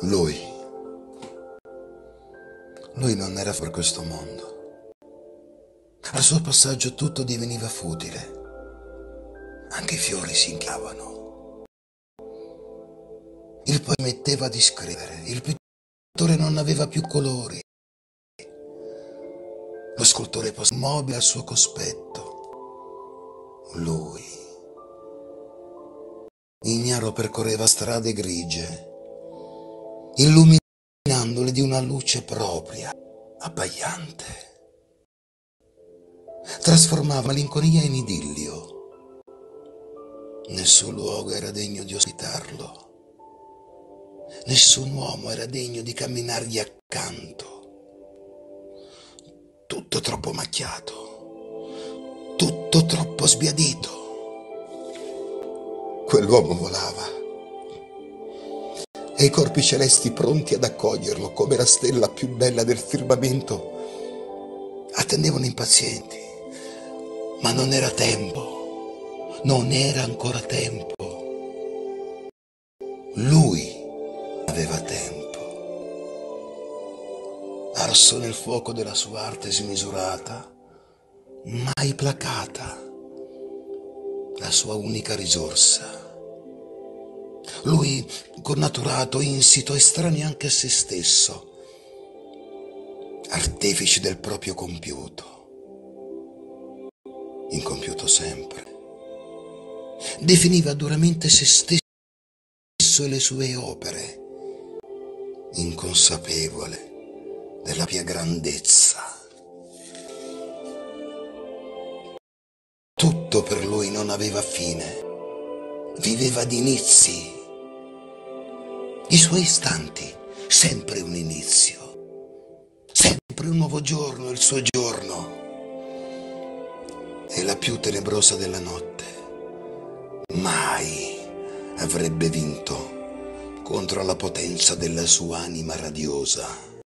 Lui non era per questo mondo. Al suo passaggio tutto diveniva futile. Anche i fiori si inchinavano. Il poeta metteva di scrivere. Il pittore non aveva più colori. Lo scultore posò immobile al suo cospetto. Lui, ignaro, percorreva strade grigie, illuminandole di una luce propria, abbagliante. Trasformava malinconia in idillio. Nessun luogo era degno di ospitarlo. Nessun uomo era degno di camminargli accanto. Tutto troppo macchiato, tutto troppo sbiadito. Quell'uomo volava e i corpi celesti pronti ad accoglierlo come la stella più bella del firmamento attendevano impazienti. Ma non era tempo, non era ancora tempo. Lui aveva tempo. Arso nel fuoco della sua arte smisurata, mai placata, la sua unica risorsa. Lui, connaturato, insito, estraneo anche a se stesso, artefice del proprio compiuto, incompiuto sempre. Definiva duramente se stesso e le sue opere, inconsapevole della propria grandezza. Tutto per lui non aveva fine, viveva di inizi. I suoi istanti, sempre un inizio, sempre un nuovo giorno, il suo giorno. E la più tenebrosa della notte mai avrebbe vinto contro la potenza della sua anima radiosa.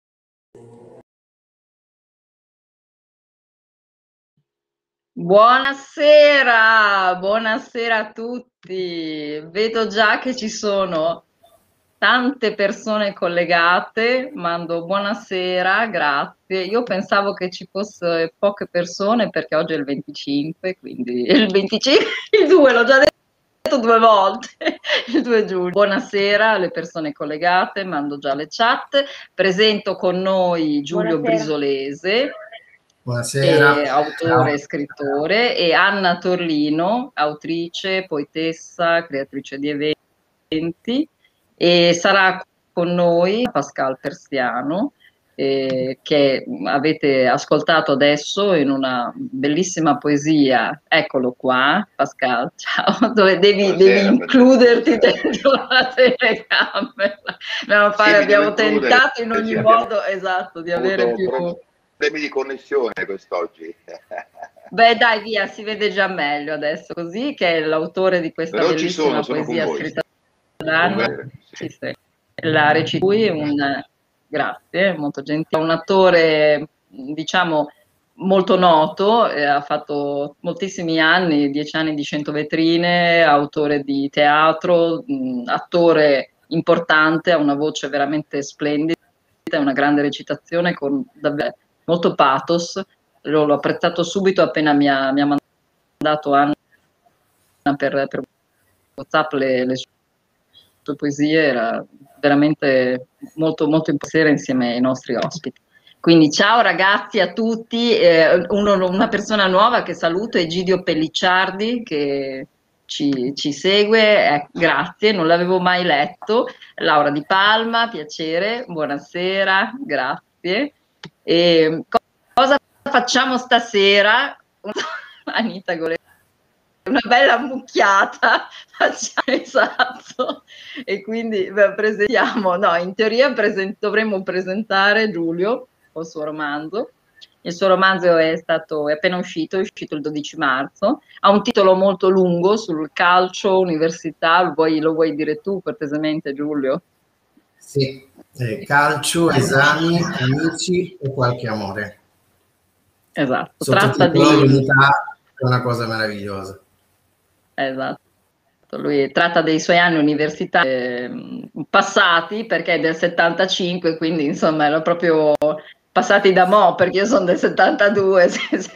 Buonasera, buonasera a tutti. Vedo già che ci sono tante persone collegate. Mando buonasera, grazie. Io pensavo che ci fossero poche persone perché oggi è il 25, quindi il 25, il 2 l'ho già detto 2 volte, il 2 giugno. Buonasera alle persone collegate, mando già le chat. Presento con noi Giulio Brisolese. Buonasera. Autore e scrittore, e Anna Torlino, autrice, poetessa, creatrice di eventi, e sarà con noi Pascal Persiano, che avete ascoltato adesso in una bellissima poesia. Eccolo qua, Pascal, ciao, dove devi includerti dentro la telecamera. Abbiamo tentato in ogni modo, esatto, di avere più... Problemi di connessione quest'oggi. Beh, dai, via, si vede già meglio adesso, così, che è l'autore di questa Però bellissima poesia scritta da Anna. Sì. La recita lui, grazie, molto gentile, un attore, diciamo, molto noto, ha fatto moltissimi anni, 10 anni di 100 vetrine, autore di teatro, attore importante, ha una voce veramente splendida, una grande recitazione con davvero molto pathos. L'ho apprezzato subito appena mi ha mandato Anna per WhatsApp le sue poesie, era veramente molto molto impazzire insieme ai nostri ospiti. Quindi ciao ragazzi a tutti, una persona nuova che saluto è Egidio Pellicciardi che ci segue, grazie, non l'avevo mai letto. Laura Di Palma, piacere, buonasera, grazie. Cosa facciamo stasera? Anita Goletti, una bella mucchiata, facciamo, esatto, e quindi presentiamo, no, in teoria dovremmo presentare Giulio, il suo romanzo. Il suo romanzo è appena uscito, è uscito il 12 marzo, ha un titolo molto lungo sul calcio, università, lo vuoi dire tu cortesemente, Giulio? Sì, calcio, esami, amici e qualche amore. Esatto, tratta di unità, è una cosa meravigliosa. Esatto. Lui tratta dei suoi anni universitari passati, perché è del 75, quindi insomma erano proprio passati da mo', perché io sono del 72,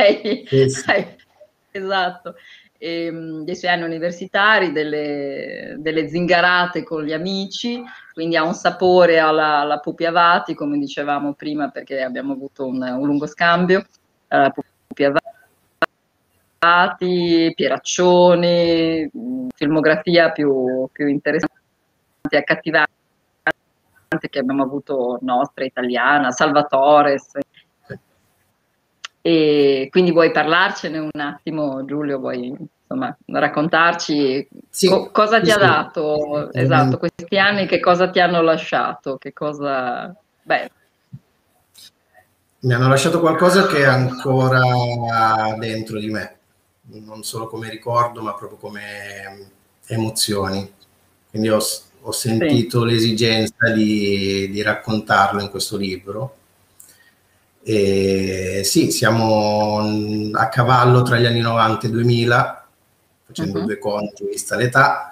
esatto. Dei suoi anni universitari, delle zingarate con gli amici, quindi ha un sapore alla Pupi Avati, come dicevamo prima, perché abbiamo avuto un lungo scambio. Pupi Avati, Pieraccioni, filmografia più interessante e accattivante che abbiamo avuto nostra, italiana, Salvatore. E quindi vuoi parlarcene un attimo, Giulio? Vuoi insomma raccontarci cosa ti ha dato esatto questi anni, che cosa ti hanno lasciato, che cosa... Beh. Mi hanno lasciato qualcosa che è ancora dentro di me, non solo come ricordo, ma proprio come emozioni. Quindi ho sentito l'esigenza di raccontarlo in questo libro. E sì, siamo a cavallo tra gli anni 90 e 2000, facendo due conti vista l'età,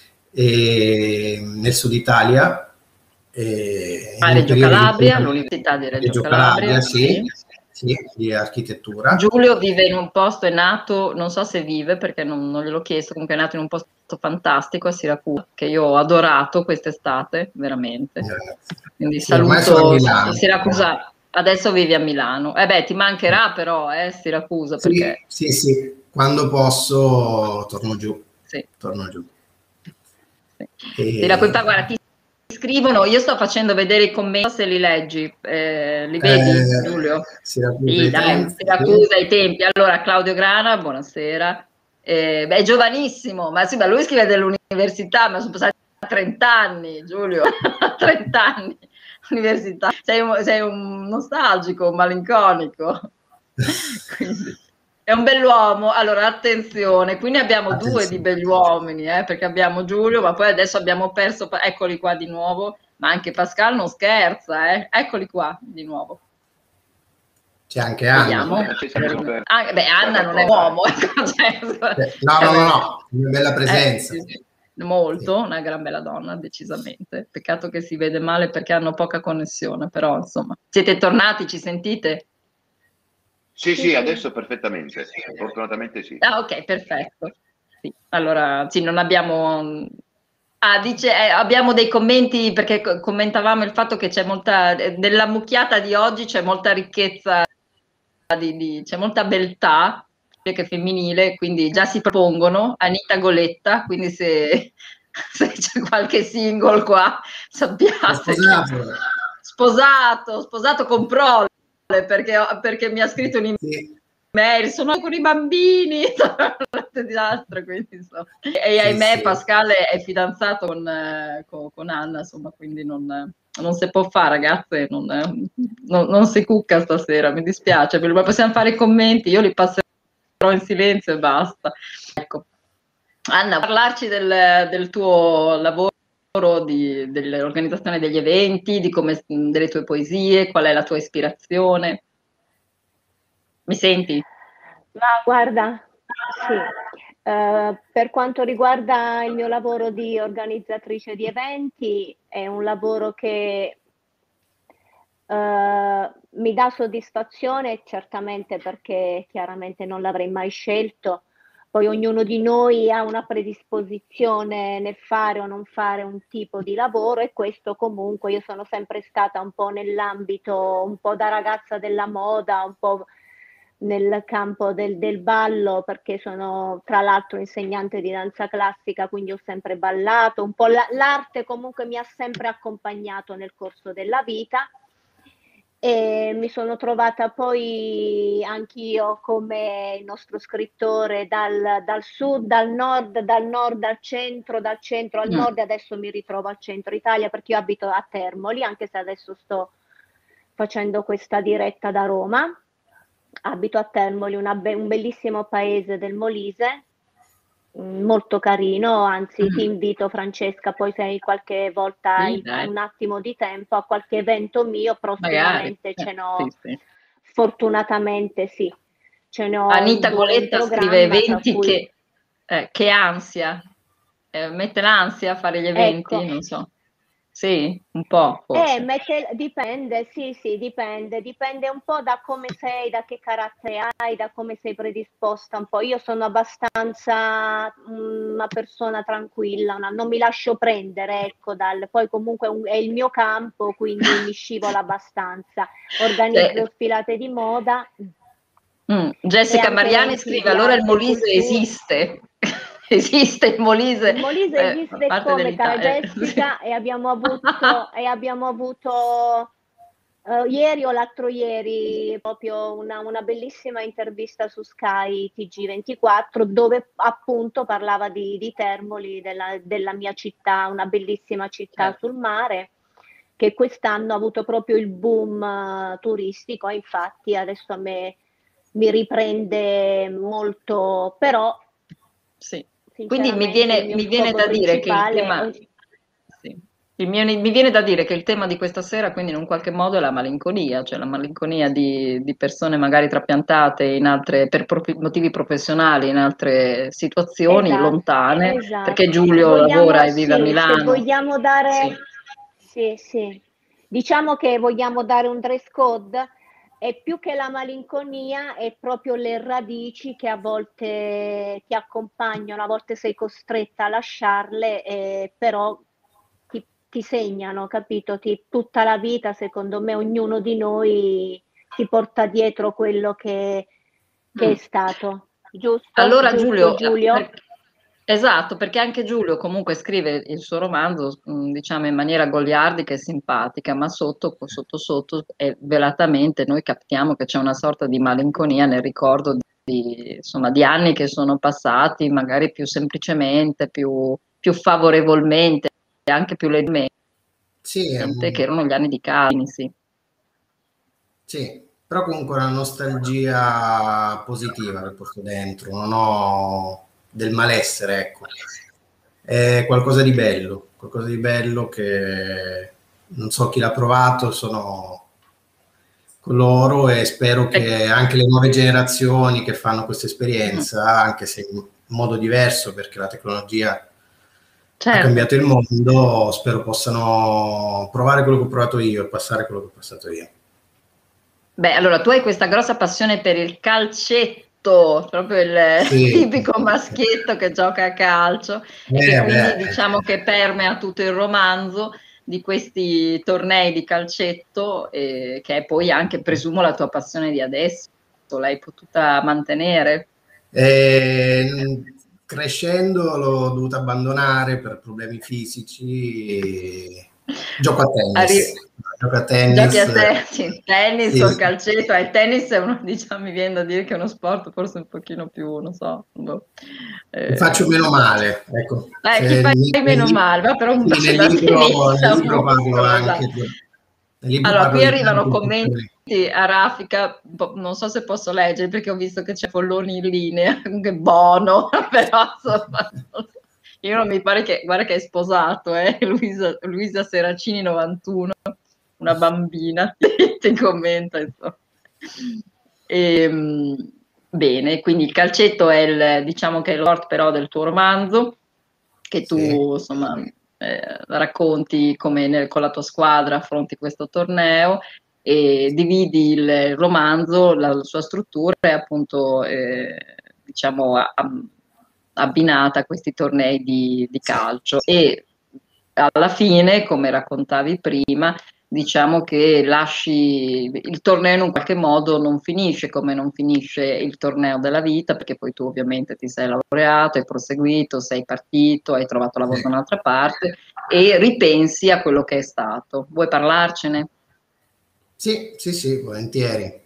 nel sud Italia. Reggio Calabria, l'Università di Reggio Calabria, sì, di architettura. Giulio vive in un posto, è nato, non so se vive perché non gliel'ho chiesto, comunque è nato in un posto fantastico a Siracusa, che io ho adorato quest'estate, veramente. Quindi saluto Siracusa. Adesso vivi a Milano. Beh, ti mancherà però, Siracusa, perché... Sì, quando posso torno giù. Sì. Torno giù. Sì. Ti racconta, guarda, ti scrivono, io sto facendo vedere i commenti, se li leggi, li vedi, Giulio? Siracusa, i tempi. Allora, Claudio Grana, buonasera. È giovanissimo, ma sì, ma lui scrive dell'università, ma sono passati 30 anni, Giulio, 30 anni. Università, sei un nostalgico, un malinconico. Quindi, è un bell'uomo. Allora, attenzione, qui ne abbiamo due di begli uomini, perché abbiamo Giulio, ma poi adesso abbiamo perso, eccoli qua di nuovo, ma anche Pascal non scherza, eccoli qua di nuovo. C'è anche Anna. Anna non è uomo. No, una bella presenza. Molto, una gran bella donna, decisamente. Peccato che si vede male perché hanno poca connessione, però insomma. Siete tornati, ci sentite? Sì, adesso perfettamente. Fortunatamente sì. Ah, ok, perfetto. Sì. Allora, sì, non abbiamo... abbiamo dei commenti, perché commentavamo il fatto che c'è molta... Nella mucchiata di oggi c'è molta ricchezza, c'è molta beltà, che è femminile, quindi già si propongono. Anita Goletta, quindi se c'è qualche single qua, sappiate. Sposato con prole, perché mi ha scritto un'email, sono con i bambini, di altro, quindi, insomma. E ahimè Pascal è fidanzato con Anna, insomma, quindi non si può fare, ragazze, non si cucca stasera, mi dispiace, ma possiamo fare i commenti, io li passerò in silenzio e basta. Ecco. Anna, parlarci del tuo lavoro, dell'organizzazione degli eventi, delle tue poesie, qual è la tua ispirazione? Mi senti? Ma guarda, sì. Per quanto riguarda il mio lavoro di organizzatrice di eventi, è un lavoro che mi dà soddisfazione, certamente, perché chiaramente non l'avrei mai scelto. Poi ognuno di noi ha una predisposizione nel fare o non fare un tipo di lavoro, e questo comunque, io sono sempre stata un po' nell'ambito, un po' da ragazza della moda, un po' nel campo del ballo, perché sono tra l'altro insegnante di danza classica, quindi ho sempre ballato, un po' l'arte comunque mi ha sempre accompagnato nel corso della vita. E mi sono trovata poi anch'io come il nostro scrittore dal sud al nord, al centro, dal centro al nord, e adesso mi ritrovo al centro Italia perché io abito a Termoli, anche se adesso sto facendo questa diretta da Roma. Abito a Termoli, un bellissimo paese del Molise, molto carino, anzi ti invito, Francesca, poi se hai qualche volta un attimo di tempo, a qualche evento mio, prossimamente ce n'ho, fortunatamente sì, ce n'ho. Anita Goletta scrive eventi che ansia. Mette l'ansia a fare gli eventi? Ecco. Non so. Sì, un po' forse. Dipende, sì, dipende un po' da come sei, da che carattere hai, da come sei predisposta un po'. Io sono abbastanza una persona tranquilla, non mi lascio prendere, ecco, poi comunque è il mio campo, quindi mi scivola abbastanza. Organizzo sfilate di moda. Jessica Mariani scrive, allora il Molise esiste. Esiste il Molise. Il Molise esiste come, cara Jessica, sì. e abbiamo avuto ieri o l'altro ieri proprio una bellissima intervista su Sky TG24 dove appunto parlava di Termoli, della mia città, una bellissima città sul mare, che quest'anno ha avuto proprio il boom turistico, e infatti adesso a me mi riprende molto, però sì. Quindi mi viene da dire che il tema... Sì. Mi viene da dire che il tema di questa sera quindi in un qualche modo è la malinconia, cioè la malinconia di persone magari trapiantate per motivi professionali in altre situazioni lontane, perché Giulio lavora e vive a Milano. Se vogliamo dare... Sì. Diciamo che vogliamo dare un dress code, e più che la malinconia è proprio le radici che a volte ti accompagnano, a volte sei costretta a lasciarle, però ti segnano, capito? Tutta la vita, secondo me, ognuno di noi si porta dietro quello che è stato. Giusto? Allora Giusto, Giulio? Esatto, perché anche Giulio comunque scrive il suo romanzo, diciamo, in maniera goliardica e simpatica, ma sotto, velatamente noi capiamo che c'è una sorta di malinconia nel ricordo insomma, di anni che sono passati, magari più semplicemente, più favorevolmente, anche più leggermente, che erano gli anni di Calvini, sì. Sì, però comunque una nostalgia positiva che porto dentro, non ho del malessere, ecco. È qualcosa di bello che non so chi l'ha provato, sono con loro, e spero che anche le nuove generazioni che fanno questa esperienza, anche se in modo diverso perché la tecnologia ha cambiato il mondo, spero possano provare quello che ho provato io e passare quello che ho passato io. Beh, allora tu hai questa grossa passione per il calcetto, proprio il tipico maschietto che gioca a calcio, e che quindi diciamo che permea tutto il romanzo di questi tornei di calcetto, che è poi anche, presumo, la tua passione di adesso. L'hai potuta mantenere? Crescendo l'ho dovuta abbandonare per problemi fisici. Gioco a tennis. Giochi a tennis o calcetto? Il tennis è diciamo, mi viene da dire che è uno sport forse un pochino più, non so. Faccio meno male, ecco. Ti fai meno male, però un bacio da tennis. Nel libro parlo anche. Allora, qui arrivano commenti a raffica, non so se posso leggere perché ho visto che c'è Folloni in linea, che buono, però insomma, io non mi pare che, guarda che è sposato, Luisa Seracini 91, una bambina, ti commenta, insomma. Bene, quindi il calcetto è diciamo che è lo sport però del tuo romanzo, che tu insomma racconti come con la tua squadra affronti questo torneo e dividi il romanzo, la sua struttura è appunto diciamo abbinata a questi tornei di calcio, e alla fine, come raccontavi prima, diciamo che lasci il torneo in un qualche modo, non finisce come non finisce il torneo della vita, perché poi tu ovviamente ti sei laureato, hai proseguito, sei partito, hai trovato lavoro da un'altra parte e ripensi a quello che è stato. Vuoi parlarcene? Sì, volentieri.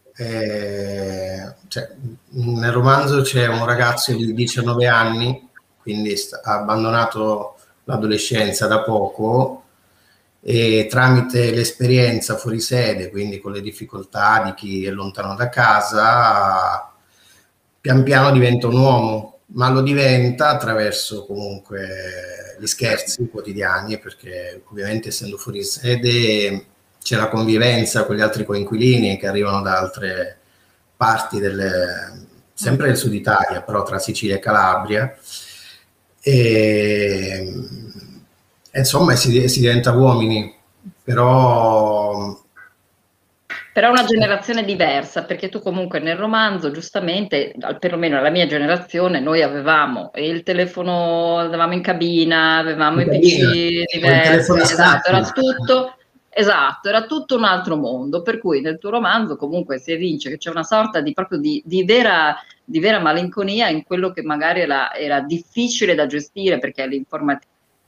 Nel romanzo c'è un ragazzo di 19 anni, quindi ha abbandonato l'adolescenza da poco, e tramite l'esperienza fuori sede, quindi con le difficoltà di chi è lontano da casa, pian piano diventa un uomo, ma lo diventa attraverso comunque gli scherzi quotidiani, perché ovviamente essendo fuori sede c'è la convivenza con gli altri coinquilini che arrivano da altre parti sempre del sud Italia, però tra Sicilia e Calabria. e insomma si diventa uomini, però Però è una generazione diversa, perché tu comunque nel romanzo, giustamente, perlomeno la mia generazione, noi avevamo il telefono, andavamo in cabina, avevamo in i cabina, PC o il telefono diversi, a scatti. esatto, era tutto un altro mondo, per cui nel tuo romanzo comunque si evince che c'è una sorta di proprio di vera malinconia in quello che magari era difficile da gestire, perché l'informatizzazione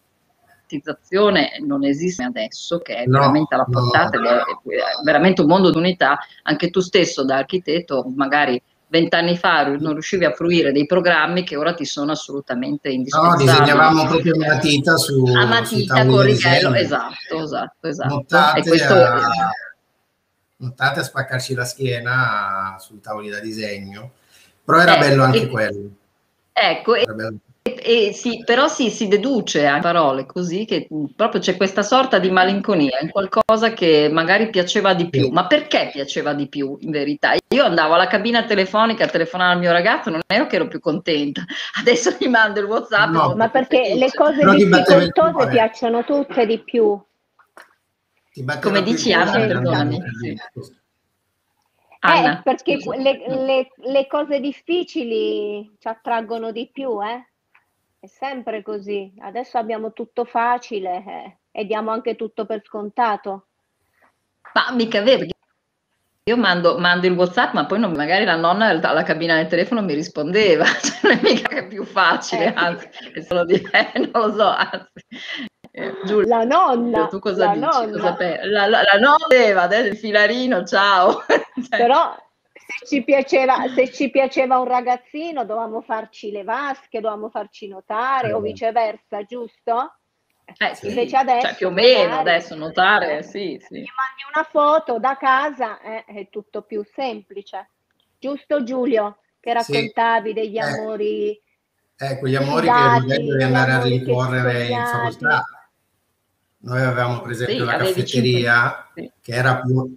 non esiste adesso, che è No, veramente alla no, portata ed è veramente un mondo d'unità. Anche tu stesso da architetto, magari 20 anni fa non riuscivi a fruire dei programmi che ora ti sono assolutamente no, indispensabili. disegnavamo proprio a matita A sui matita tavoli con da righello, disegno, esatto. E nottate questo nottate a spaccarci la schiena sui tavoli da disegno, però era bello anche quello. Ecco, Era bello. sì, però si deduce a parole così che proprio c'è questa sorta di malinconia in qualcosa che magari piaceva di più. Sì. Ma perché piaceva di più in verità? Io andavo alla cabina telefonica a telefonare al mio ragazzo, non ero che ero più contenta. Adesso gli mando il WhatsApp e No, molto Ma più perché le felice. cose però ti batteva il difficoltose cuore, piacciono tutte di più. ti batteva Come più il dici Anna, cuore perdonami. nell'ambito Sì. Anna, Perché scusa. le cose difficili ci attraggono di più, eh? È sempre così. Adesso abbiamo tutto facile, e diamo anche tutto per scontato. Ma mica è vero, perché io mando il WhatsApp, ma poi magari la nonna alla cabina del telefono mi rispondeva, cioè non è mica che è più facile, anzi, è solo di non lo so, anzi. Giulio, La nonna, tu cosa la dici? nonna. La nonna aveva adesso il filarino, ciao. Cioè, Però se ci piaceva un ragazzino, dovevamo farci le vasche, dovevamo farci notare o viceversa, giusto? sì, Invece cioè più adesso o meno magari adesso notare, sì. gli mandi una foto da casa, è tutto più semplice. Giusto Giulio, che sì, raccontavi degli amori quegli amori che magari sfidati, devi gli andare a amori che rincorrere in sognati. facoltà. Noi avevamo per esempio Sì, la avevi 5. caffetteria Sì. che era più...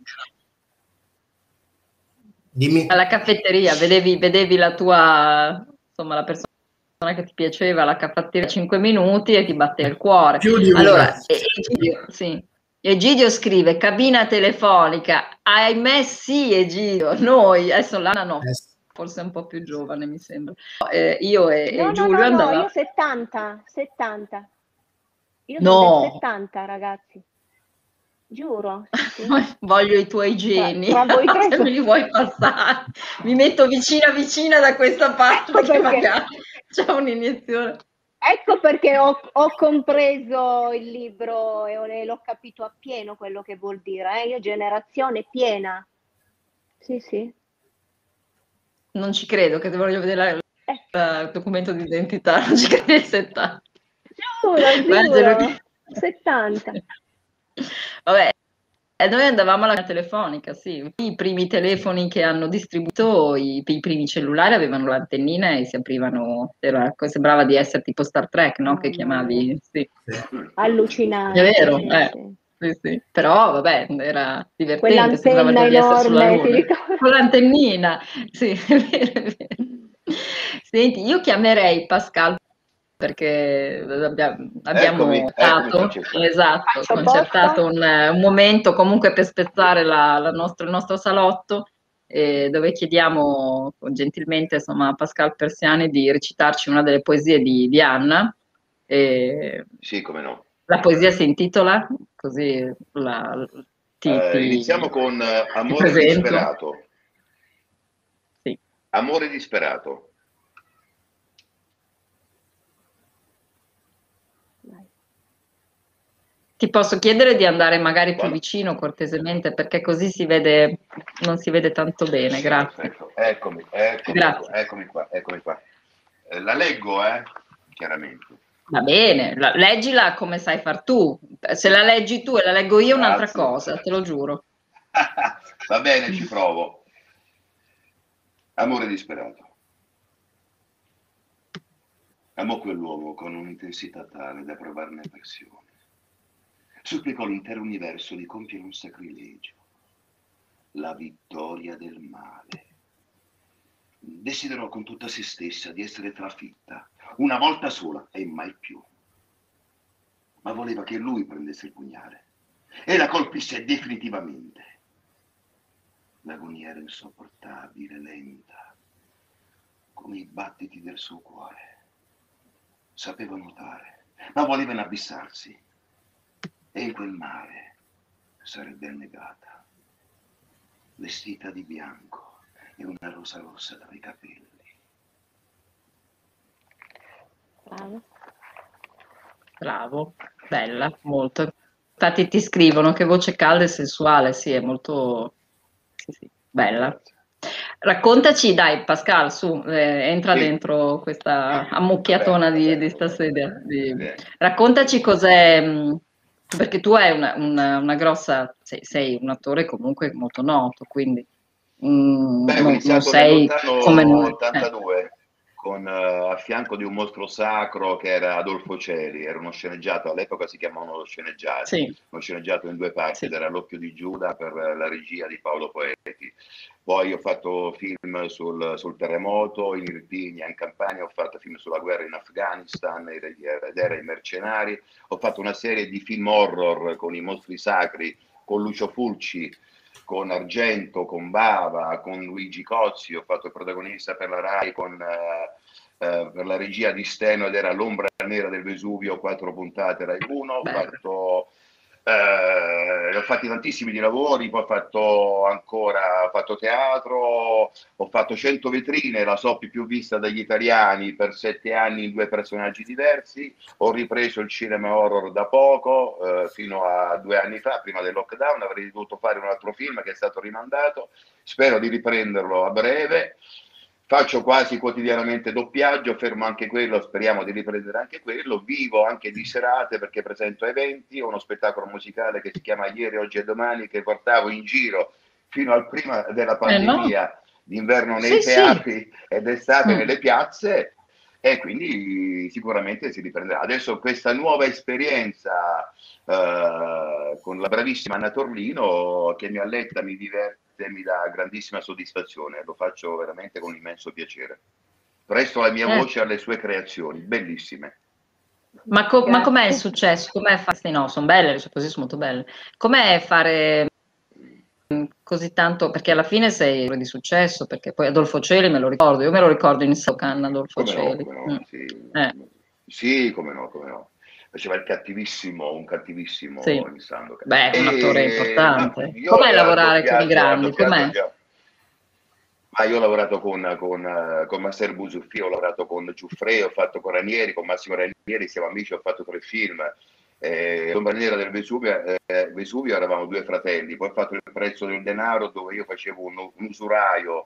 Dimmi. Alla caffetteria, vedevi la tua, insomma, la persona che ti piaceva, la caffetteria 5 minuti e ti batteva il cuore. Più di una. Allora, Egidio, sì. Egidio scrive, cabina telefonica, ahimè sì Egidio, noi, adesso l'Anna no, forse è un po' più giovane mi sembra. Io e Giulio No, andavamo... io 70. Io sono del No, 70, ragazzi. Giuro, sì. voglio i tuoi geni, Tra voi tre se me li vuoi passare. Mi metto vicina da questa parte Ecco che perché, magari c'è un'iniezione. ecco perché ho compreso il libro e l'ho capito appieno quello che vuol dire. Io generazione piena. Sì, sì. Non ci credo, che voglio vedere Eh, il documento di identità, non ci credo ai 70. Giuro, 70. Vabbè, noi andavamo alla telefonica, sì. I primi telefoni che hanno distribuito, i primi cellulari avevano l'antennina e si aprivano, sembrava di essere tipo Star Trek, no? Che Mamma mia. chiamavi, sì. È Allucinante, vero, sì. sì. Però vabbè, era divertente, sembrava Quell'antenna di essere sulla enorme, ti Luna. ricordi? Con l'antennina, sì, è vero. Senti, io chiamerei Pascal perché abbiamo Francesca. concertato un momento comunque per spezzare il nostro salotto, dove chiediamo gentilmente insomma, a Pascal Persiani di recitarci una delle poesie di Anna. Sì, come no. La poesia si intitola, così Iniziamo con ti Amore presento. disperato. Sì. Amore disperato. Ti posso chiedere di andare magari più vicino cortesemente perché così non si vede tanto bene, Sì, grazie. Perfetto. Eccomi qua. La leggo, chiaramente. Va bene, leggila come sai far tu. Se la leggi tu e la leggo io è un'altra Grazie. cosa, te lo giuro. Va bene, ci provo. Amore disperato. Amò quell'uomo con un'intensità tale da provarne passione. Supplicò l'intero universo di compiere un sacrilegio, la vittoria del male. Desiderò con tutta se stessa di essere trafitta, una volta sola e mai più. Ma voleva che lui prendesse il pugnale e la colpisse definitivamente. L'agonia era insopportabile, lenta, come i battiti del suo cuore. Sapeva nuotare, ma voleva inabissarsi. E in quel mare sarebbe annegata, vestita di bianco e una rosa rossa dai capelli. Bravo. Bravo, bella, molto. Infatti ti scrivono che voce calda e sensuale, sì, è molto sì, bella. Grazie. Raccontaci, dai, Pascal, su, entra Sì. dentro questa ammucchiatona di stasera. Sì. Raccontaci cos'è, perché tu hai una grossa, sei un attore comunque molto noto, quindi Beh, ho non iniziato sei come noi. nell'82 con, a fianco di un mostro sacro che era Adolfo Celi, era uno sceneggiato, all'epoca si chiamavano sceneggiati, Sì, uno sceneggiato in due parti, sì. ed era L'occhio di Giuda per la regia di Paolo Poeti. Poi ho fatto film sul terremoto in Irpinia, in Campania, ho fatto film sulla guerra in Afghanistan, ed era I Mercenari, ho fatto una serie di film horror con i mostri sacri, con Lucio Fulci, con Argento, con Bava, con Luigi Cozzi, ho fatto il protagonista per la Rai per la regia di Steno ed era L'ombra nera del Vesuvio, 4 puntate Rai 1, ho fatti tantissimi di lavori, poi ho fatto teatro, ho fatto 100 vetrine, la soap più vista dagli italiani per 7 anni in 2 personaggi diversi, ho ripreso il cinema horror da poco, fino a 2 anni fa, prima del lockdown, avrei dovuto fare un altro film che è stato rimandato, spero di riprenderlo a breve. Faccio quasi quotidianamente doppiaggio, fermo anche quello, speriamo di riprendere anche quello, vivo anche di serate perché presento eventi, ho uno spettacolo musicale che si chiama Ieri, Oggi e Domani che portavo in giro fino al prima della pandemia d'inverno nei teatri e d'estate nelle piazze, e quindi sicuramente si riprenderà. Adesso questa nuova esperienza con la bravissima Anna Torlino che mi alletta, mi diverte, mi dà grandissima soddisfazione, lo faccio veramente con immenso piacere. Presto la mia voce alle sue creazioni, bellissime. Ma com'è il successo? Com'è sì, no, sono belle, le sue cose sono molto belle. Com'è fare così tanto? Perché alla fine sei di successo, perché poi Adolfo Celi me lo ricordo, io me lo ricordo in Saucan, Adolfo Celi. Sì, come no. Faceva il cattivissimo, un cattivissimo in Sandokan. Beh, un attore importante. Com'è lavorare con i grandi? Com'è? Ma io ho lavorato con Master Busuffi, ho lavorato con Giuffre, ho fatto con Ranieri, con Massimo Ranieri, siamo amici, ho fatto 3 film. L'ombra nera del Vesuvio eravamo 2 fratelli, poi ho fatto Il prezzo del denaro dove io facevo un usuraio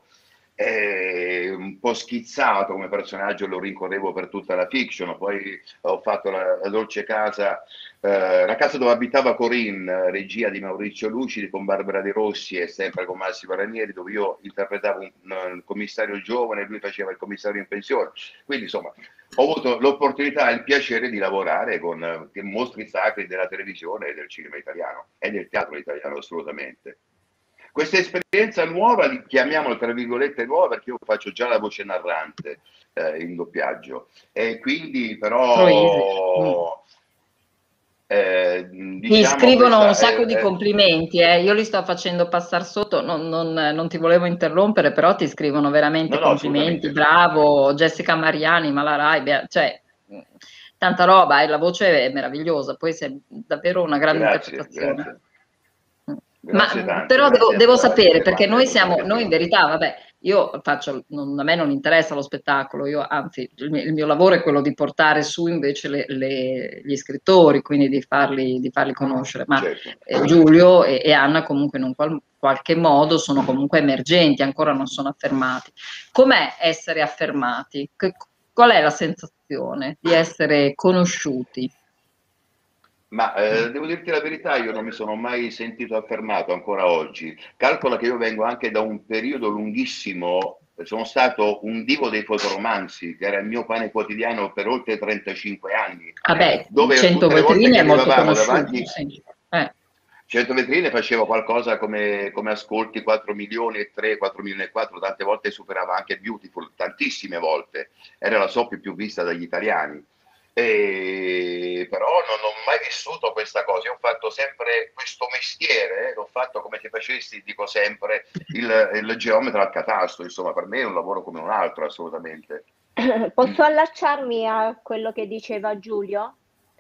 un po' schizzato come personaggio, lo rincorrevo per tutta la fiction. Poi ho fatto la dolce casa, la casa dove abitava Corinne, regia di Maurizio Lucidi con Barbara De Rossi e sempre con Massimo Ranieri, dove io interpretavo un commissario giovane e lui faceva il commissario in pensione. Quindi insomma ho avuto l'opportunità e il piacere di lavorare con mostri sacri della televisione e del cinema italiano e del teatro italiano, assolutamente. Questa esperienza nuova, chiamiamola tra virgolette nuova, perché io faccio già la voce narrante in doppiaggio, e quindi però mi scrivono un sacco di complimenti, io li sto facendo passare sotto, non ti volevo interrompere, però ti scrivono veramente complimenti, bravo Jessica Mariani, ma la Rai, cioè tanta roba, la voce è meravigliosa, poi sei davvero una grande interpretazione. Grazie. Però devo sapere, perché noi in verità, vabbè, io faccio, a me non interessa lo spettacolo, anzi il mio lavoro è quello di portare su invece gli scrittori, quindi di farli conoscere, ma Giulio e Anna comunque in qualche modo sono comunque emergenti, ancora non sono affermati. Com'è essere affermati? Qual è la sensazione di essere conosciuti? Ma devo dirti la verità, io non mi sono mai sentito affermato ancora oggi. Calcola che io vengo anche da un periodo lunghissimo, sono stato un divo dei fotoromanzi, che era il mio pane quotidiano per oltre 35 anni. Vabbè, dove 100 vetrine è molto conosciuto, davanti, sì. 100 vetrine faceva qualcosa come ascolti 4 milioni e 3, 4 milioni e 4, tante volte superava anche Beautiful, tantissime volte, era la SOP più vista dagli italiani. Però non ho mai vissuto questa cosa, io ho fatto sempre questo mestiere, l'ho fatto come se facessi, dico sempre, il geometra al catasto, insomma per me è un lavoro come un altro, assolutamente. Posso allacciarmi a quello che diceva Giulio?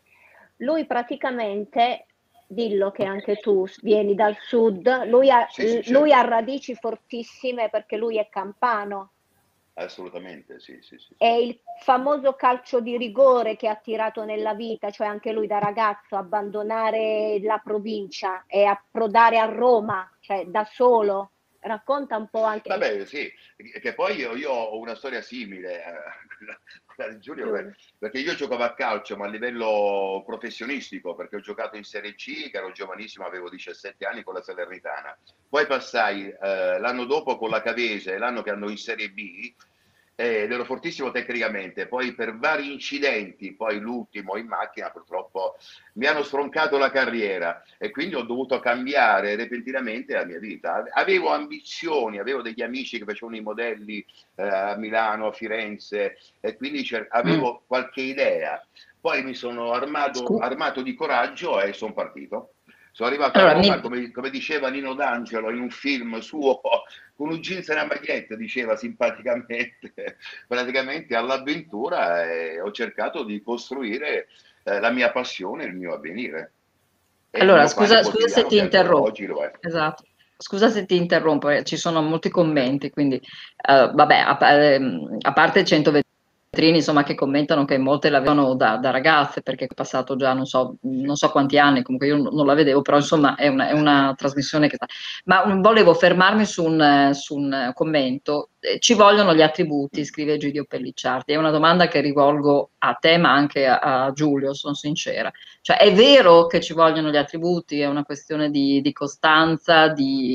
Lui praticamente, dillo che anche tu vieni dal sud, lui ha, Sì, sì, lui ha certo. radici fortissime perché lui è campano. Assolutamente, sì, sì, sì. È il famoso calcio di rigore che ha tirato nella vita, cioè anche lui da ragazzo abbandonare la provincia e approdare a Roma, cioè da solo. Racconta un po' anche Vabbè, sì, che poi io ho una storia simile a quella di Giulio, Giulio. perché io giocavo a calcio, ma a livello professionistico, perché ho giocato in Serie C, che ero giovanissimo, avevo 17 anni con la Salernitana. Poi passai l'anno dopo con la Cavese, l'anno che andò in Serie B, ed ero fortissimo tecnicamente. Poi per vari incidenti, poi l'ultimo in macchina, purtroppo mi hanno stroncato la carriera e quindi ho dovuto cambiare repentinamente la mia vita. Avevo ambizioni, avevo degli amici che facevano i modelli a Milano, a Firenze, e quindi avevo qualche idea. Poi mi sono armato di coraggio e sono partito. Sono arrivato a Allora, Roma, come diceva Nino D'Angelo in un film suo, con un jeans e una maglietta, diceva simpaticamente, praticamente all'avventura, e ho cercato di costruire la mia passione, il mio avvenire. E il allora, mio pane scusa se quotidiano, ti che ancora interrompo. oggi lo è. Esatto. Scusa se ti interrompo, ci sono molti commenti, quindi vabbè, a parte 100 vetrine, insomma, che commentano che molte l'avevano da ragazze, perché è passato già non so quanti anni, comunque io non la vedevo, però insomma è una trasmissione che sta. Ma volevo fermarmi su un commento. Ci vogliono gli attributi, scrive Giulio Pellicciardi. È una domanda che rivolgo a te, ma anche a Giulio, sono sincera. Cioè, è vero che ci vogliono gli attributi, è una questione di costanza,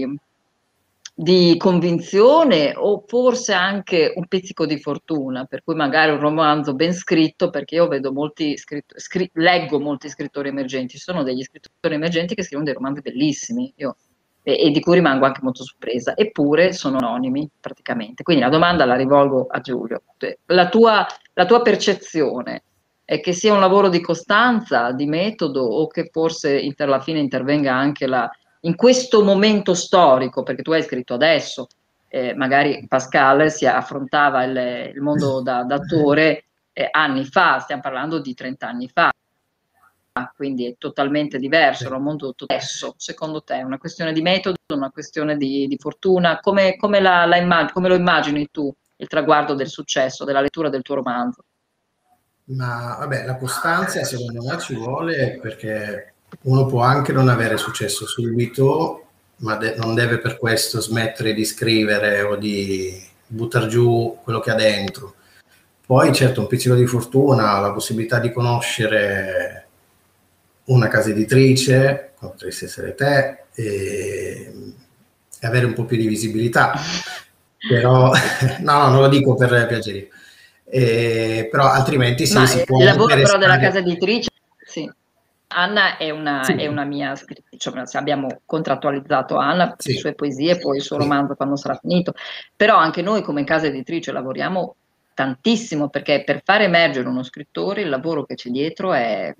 di convinzione o forse anche un pizzico di fortuna, per cui magari un romanzo ben scritto, perché io vedo leggo molti scrittori emergenti, ci sono degli scrittori emergenti che scrivono dei romanzi bellissimi, e di cui rimango anche molto sorpresa, eppure sono anonimi praticamente. Quindi la domanda la rivolgo a Giulio. La tua percezione è che sia un lavoro di costanza, di metodo, o che forse per la fine intervenga anche in questo momento storico, perché tu hai scritto adesso, magari Pascal si affrontava il mondo da attore anni fa, stiamo parlando di 30 anni fa, quindi è totalmente diverso, era un mondo adesso, secondo te, è una questione di metodo, una questione di fortuna, come lo immagini tu il traguardo del successo, della lettura del tuo romanzo? Ma vabbè, la costanza secondo me ci vuole, perché uno può anche non avere successo subito, ma non deve per questo smettere di scrivere o di buttare giù quello che ha dentro. Poi certo un pizzico di fortuna, la possibilità di conoscere una casa editrice, come potresti essere te, e avere un po' più di visibilità. Però no, non lo dico per piacere. Però altrimenti sì, si può il lavoro però della restare. casa editrice, sì. Anna è una mia scrittrice, cioè, abbiamo contrattualizzato Anna per le sue poesie, poi il suo romanzo quando sarà finito, però anche noi come casa editrice lavoriamo tantissimo, perché per fare emergere uno scrittore il lavoro che c'è dietro è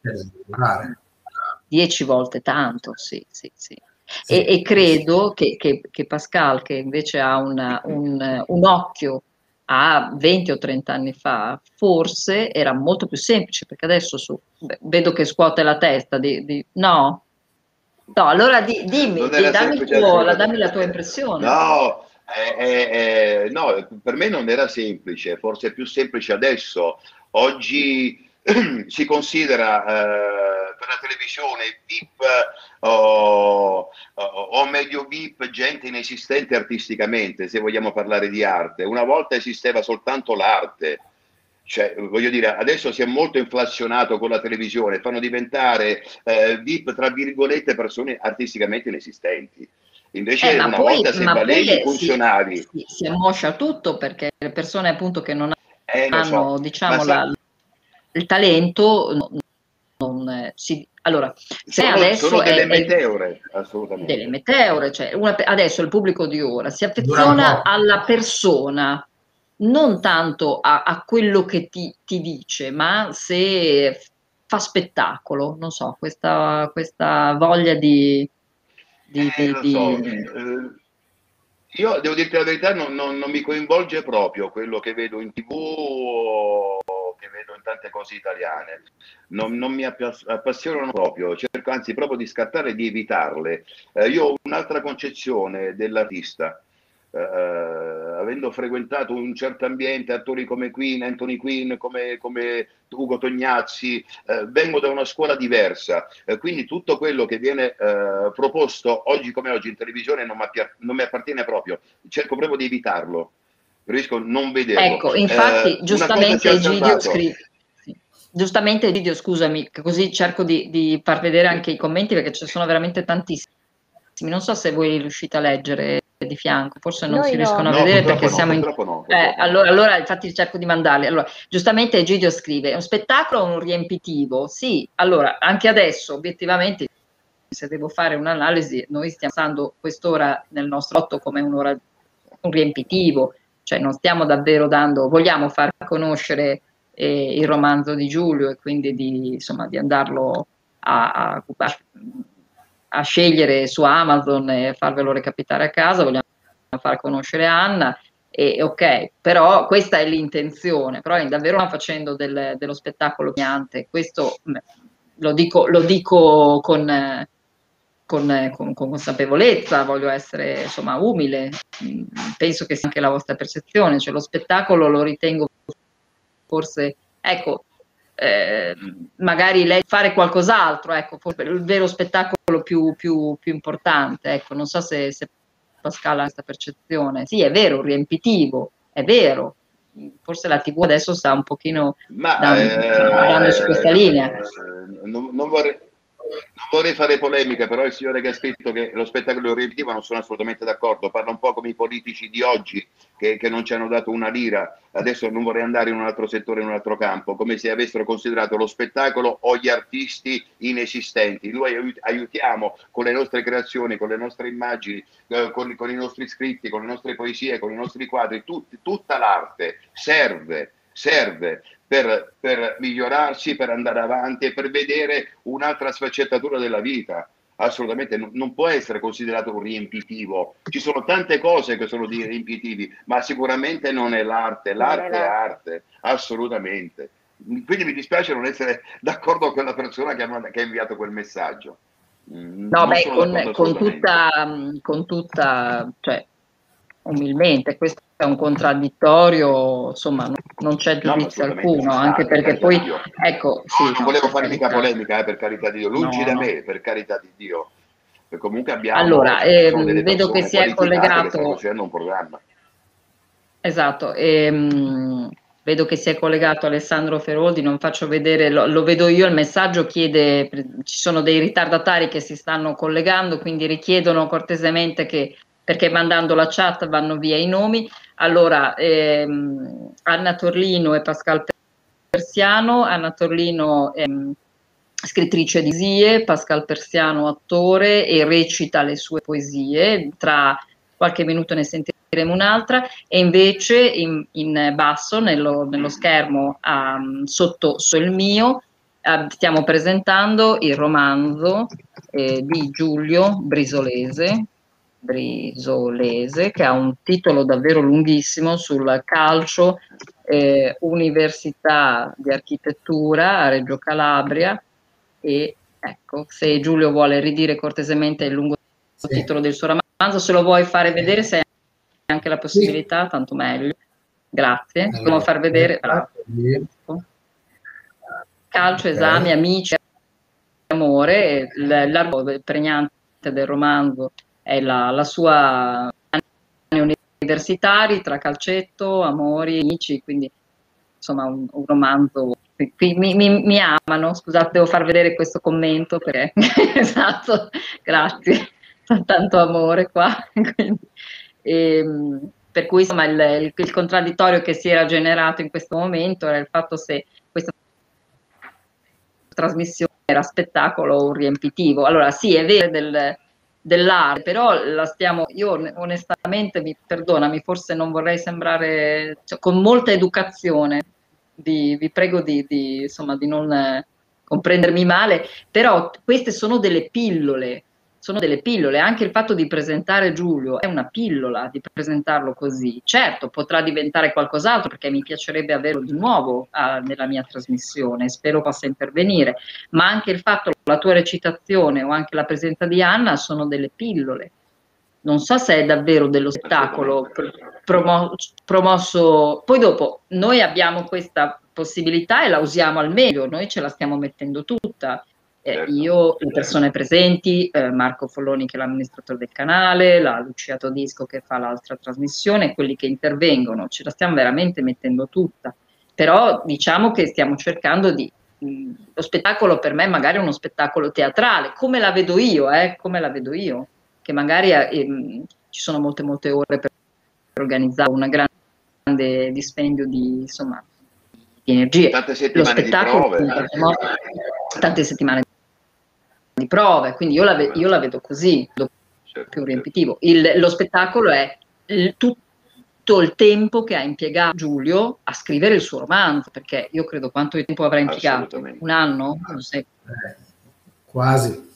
10 volte tanto, sì. E credo che Pascal, che invece ha un occhio a 20 o 30 anni fa, forse era molto più semplice, perché adesso vedo che scuote la testa, no? No, allora dimmi, dammi la tua impressione. No, no, per me non era semplice, forse è più semplice adesso. Oggi si considera per la televisione VIP o medio VIP gente inesistente artisticamente, se vogliamo parlare di arte. Una volta esisteva soltanto l'arte. Cioè, voglio dire, adesso si è molto inflazionato con la televisione, fanno diventare VIP, tra virgolette, persone artisticamente inesistenti. Invece una volta sembrava lei funzionali. Si ammoscia tutto, perché le persone appunto che non Lo so, hanno, diciamo, il talento Allora, se adesso sono delle meteore, assolutamente. Delle meteore, cioè adesso il pubblico di ora si affeziona alla persona, non tanto a quello che ti dice, ma se fa spettacolo, non so, questa voglia di Lo so. Io devo dirti la verità, non mi coinvolge proprio quello che vedo in TV o che vedo in tante cose italiane. Non mi appassionano proprio, cerco anzi proprio di scattare e di evitarle. Io ho un'altra concezione dell'artista. Avendo frequentato un certo ambiente, attori come Anthony Quinn, come Ugo Tognazzi, vengo da una scuola diversa, quindi tutto quello che viene proposto oggi come oggi in televisione non mi appartiene proprio, cerco proprio di evitarlo, preferisco non vederlo. Ecco, infatti giustamente Egidio scrive, giustamente Egidio, scusami, così cerco di far vedere anche i commenti perché ce ne sono veramente tantissimi, non so se voi riuscite a leggere di fianco, forse non si riescono a vedere perché siamo in... Allora infatti cerco di mandarli. Allora, giustamente Egidio scrive, è un spettacolo o un riempitivo? Sì, allora, anche adesso, obiettivamente, se devo fare un'analisi, noi stiamo passando quest'ora nel nostro otto come un riempitivo, cioè non stiamo davvero vogliamo far conoscere il romanzo di Giulio e quindi di andarlo a scegliere su Amazon e farvelo recapitare a casa, vogliamo far conoscere Anna, e ok, però questa è l'intenzione, però davvero stiamo facendo dello spettacolo piante, questo lo dico con consapevolezza, voglio essere umile, penso che sia anche la vostra percezione, cioè lo spettacolo lo ritengo forse, ecco, magari fare qualcos'altro, ecco, forse il vero spettacolo più importante, ecco, non so se Pascal ha questa percezione. Sì, è vero, riempitivo, è vero, forse la TV adesso sta un pochino andando su questa linea. Non vorrei fare polemica, però il signore che ha scritto che lo spettacolo è riempitivo non sono assolutamente d'accordo, parla un po' come i politici di oggi che non ci hanno dato una lira, adesso non vorrei andare in un altro settore, in un altro campo, come se avessero considerato lo spettacolo o gli artisti inesistenti. Noi aiutiamo con le nostre creazioni, con le nostre immagini, con i nostri scritti, con le nostre poesie, con i nostri quadri, tutta l'arte serve per migliorarsi, per andare avanti e per vedere un'altra sfaccettatura della vita. Assolutamente non può essere considerato un riempitivo. Ci sono tante cose che sono di riempitivi, ma sicuramente non è l'arte. L'arte è arte, assolutamente. Quindi mi dispiace non essere d'accordo con la persona che ha inviato quel messaggio. No, beh, con tutta, cioè, umilmente, questo è un contraddittorio, insomma, non c'è giudizio alcuno, anche perché poi, ecco, sì, non volevo fare mica polemica, per carità di Dio, lungi da me, per carità di Dio. Comunque abbiamo, allora, vedo che si è collegato, che stanno facendo un programma. Esatto, vedo che si è collegato Alessandro Feroldi, non faccio vedere, lo vedo io, il messaggio chiede, ci sono dei ritardatari che si stanno collegando, quindi richiedono cortesemente perché mandando la chat vanno via i nomi. Allora, Anna Torlino e Pascal Persiano, Anna Torlino scrittrice di poesie, Pascal Persiano attore e recita le sue poesie, tra qualche minuto ne sentiremo un'altra, e invece in basso nello schermo sotto il mio stiamo presentando il romanzo di Giulio Brisolese, che ha un titolo davvero lunghissimo sul calcio, Università di Architettura a Reggio Calabria, e ecco, se Giulio vuole ridire cortesemente il lungo titolo del suo romanzo, se lo vuoi fare vedere, se hai anche la possibilità, tanto meglio. Grazie. Allora, far vedere. Calcio, esami, amici, amore. L'argomento pregnante del romanzo è la sua anni universitari tra calcetto, amori, amici, quindi insomma un romanzo. Mi amano, scusate, devo far vedere questo commento perché esatto, grazie, tanto amore qua. Per cui insomma il contraddittorio che si era generato in questo momento era il fatto se questa trasmissione era spettacolo o riempitivo. Allora sì, è vero dell'arte, però io onestamente, perdonami, forse non vorrei sembrare, cioè, con molta educazione, vi prego insomma, di non comprendermi male, però queste sono delle pillole, anche il fatto di presentare Giulio è una pillola, di presentarlo così. Certo, potrà diventare qualcos'altro, perché mi piacerebbe averlo di nuovo nella mia trasmissione, spero possa intervenire, ma anche il fatto, la tua recitazione o anche la presenza di Anna sono delle pillole. Non so se è davvero dello spettacolo promosso. Poi dopo noi abbiamo questa possibilità e la usiamo al meglio, noi ce la stiamo mettendo tutta. Io, le persone presenti, Marco Folloni che è l'amministratore del canale, la Lucia Todisco che fa l'altra trasmissione, quelli che intervengono, ce la stiamo veramente mettendo tutta. Però diciamo che stiamo cercando lo spettacolo per me magari è uno spettacolo teatrale, come la vedo io, che magari ci sono molte ore per organizzare un grande dispendio di energie. Tante settimane di prove. Tante settimane di prove, quindi io la vedo così, più riempitivo. Lo spettacolo è tutto il tempo che ha impiegato Giulio a scrivere il suo romanzo, perché io credo quanto tempo avrà impiegato? Un anno? Non so. Quasi.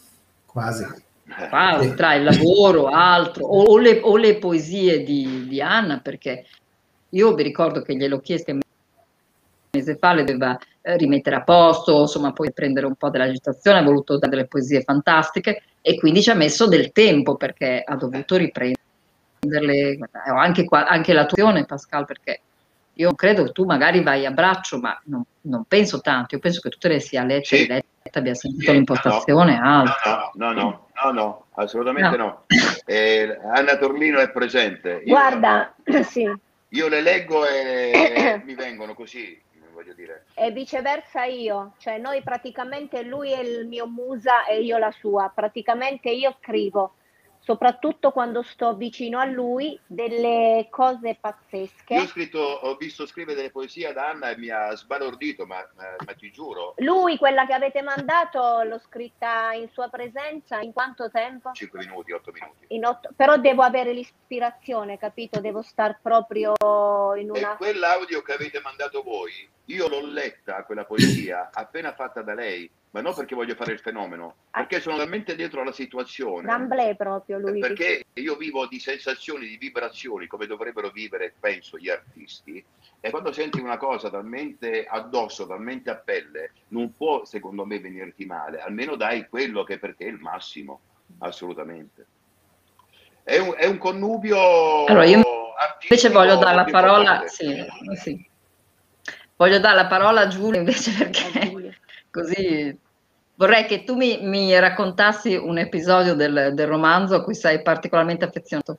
Tra il lavoro, altro, o le poesie di Anna, perché io vi ricordo che gliel'ho chiesto un mese fa, le doveva rimettere a posto, insomma poi prendere un po' dell'agitazione, ha voluto dare delle poesie fantastiche e quindi ci ha messo del tempo perché ha dovuto riprenderle, anche la tua Pascal, perché io credo che tu magari vai a braccio, ma non penso tanto, io penso che tu te le sia lette, abbia sentito l'impostazione. No, assolutamente no. Anna Torlino è presente. Guarda, sì. Io le leggo e mi vengono così, voglio dire. E viceversa io, cioè noi praticamente, lui è il mio musa e io la sua, praticamente io scrivo, soprattutto quando sto vicino a lui, delle cose pazzesche. Io ho visto scrivere delle poesie ad Anna e mi ha sbalordito, ma ti giuro. Lui, quella che avete mandato, l'ho scritta in sua presenza, in quanto tempo? 5 minuti, 8 minuti. Però devo avere l'ispirazione, capito? Devo star proprio in una... E quell'audio che avete mandato voi, io l'ho letta, quella poesia, appena fatta da lei, ma non perché voglio fare il fenomeno, perché sono talmente dietro alla situazione. D'amblè proprio lui. Perché io vivo di sensazioni, di vibrazioni, come dovrebbero vivere, penso, gli artisti. E quando senti una cosa talmente addosso, talmente a pelle, non può, secondo me, venirti male. Almeno dai quello che per te è il massimo, assolutamente. È un connubio. Allora, io invece voglio dare la parola. Sì. Voglio dare la parola a Giulio invece, perché così vorrei che tu mi raccontassi un episodio del romanzo a cui sei particolarmente affezionato.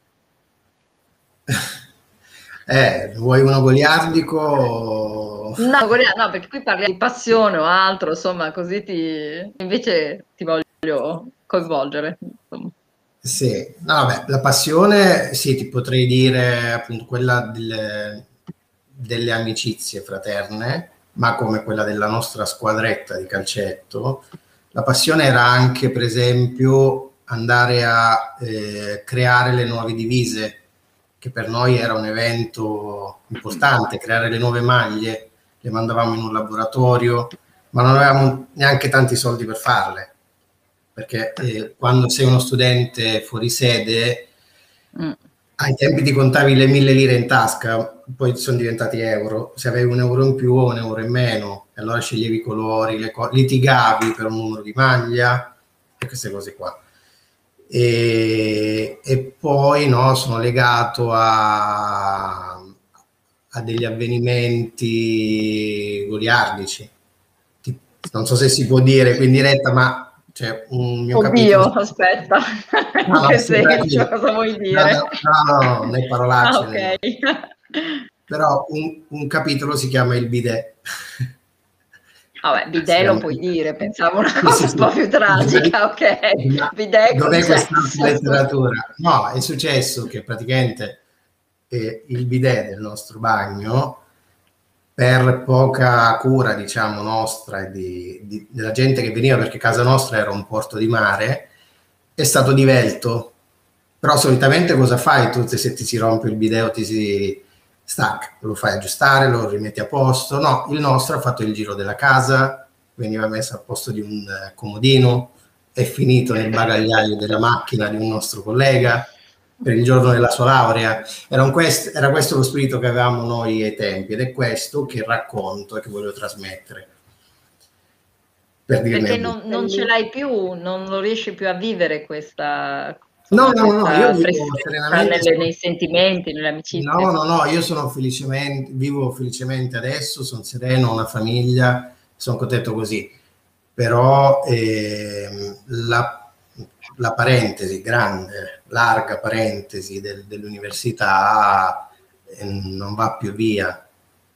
Vuoi uno goliardico? No, perché qui parliamo di passione o altro, insomma, così invece ti voglio coinvolgere. Insomma. Sì, no, vabbè, la passione, sì, ti potrei dire appunto quella delle amicizie fraterne, ma come quella della nostra squadretta di calcetto. La passione era anche, per esempio, andare a creare le nuove divise, che per noi era un evento importante, creare le nuove maglie, le mandavamo in un laboratorio, ma non avevamo neanche tanti soldi per farle, perché quando sei uno studente fuori sede, ai tempi ti contavi le 1.000 lire in tasca, poi sono diventati euro, se avevi un euro in più o un euro in meno, e allora sceglievi i colori, litigavi per un numero di maglia e queste cose qua. E poi sono legato a degli avvenimenti goliardici. Non so se si può dire qui in diretta, ma c'è un mio capitolo. Aspetta, che senso, cosa vuoi dire? No, né parolacce. Okay. Però un capitolo si chiama il bidet. Vabbè, bidet lo puoi dire, pensavo una cosa un po' più tragica, ok. Bidet, dov'è questa letteratura? No, è successo che praticamente il bidet del nostro bagno per poca cura, diciamo, nostra e della gente che veniva, perché casa nostra era un porto di mare, è stato divelto. Però solitamente cosa fai tu se ti si rompe il bidet o ti si stacca? Lo fai aggiustare, lo rimetti a posto? No, il nostro ha fatto il giro della casa, veniva messo a posto di un comodino, è finito nel bagagliaio della macchina di un nostro collega per il giorno della sua laurea. Era questo lo spirito che avevamo noi ai tempi, ed è questo che racconto e che voglio trasmettere. Perché non ce l'hai più, non lo riesci più a vivere questa... No, io vivo serenamente nei sentimenti, nelle amicizie. No, io vivo felicemente adesso, sono sereno, ho una famiglia, sono contento così. Però la parentesi, larga parentesi dell'università non va più via.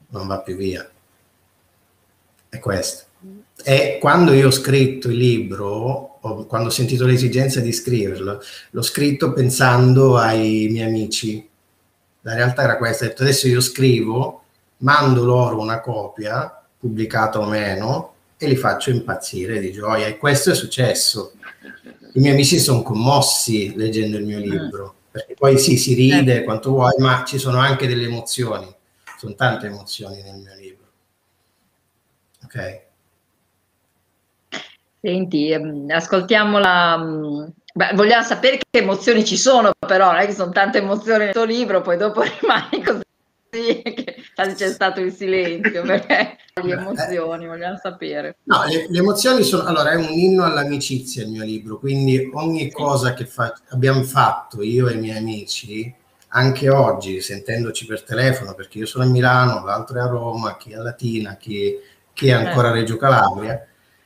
È questo. E quando io ho scritto il libro, o quando ho sentito l'esigenza di scriverlo, l'ho scritto pensando ai miei amici. La realtà era questa: ho detto, adesso io scrivo, mando loro una copia, pubblicata o meno, e li faccio impazzire di gioia. E questo è successo. I miei amici sono commossi leggendo il mio libro, perché poi sì, si ride quanto vuoi, ma ci sono anche delle emozioni, sono tante emozioni nel mio libro. Ok? Senti, ascoltiamola. Vogliamo sapere che emozioni ci sono, però non è che sono tante emozioni nel tuo libro, poi dopo rimani così che c'è stato il silenzio, perché le emozioni vogliamo sapere. No, le emozioni sono, allora, è un inno all'amicizia il mio libro, quindi ogni cosa che abbiamo fatto io e i miei amici, anche oggi sentendoci per telefono, perché io sono a Milano, l'altro è a Roma, chi è a Latina, chi è ancora a Reggio Calabria,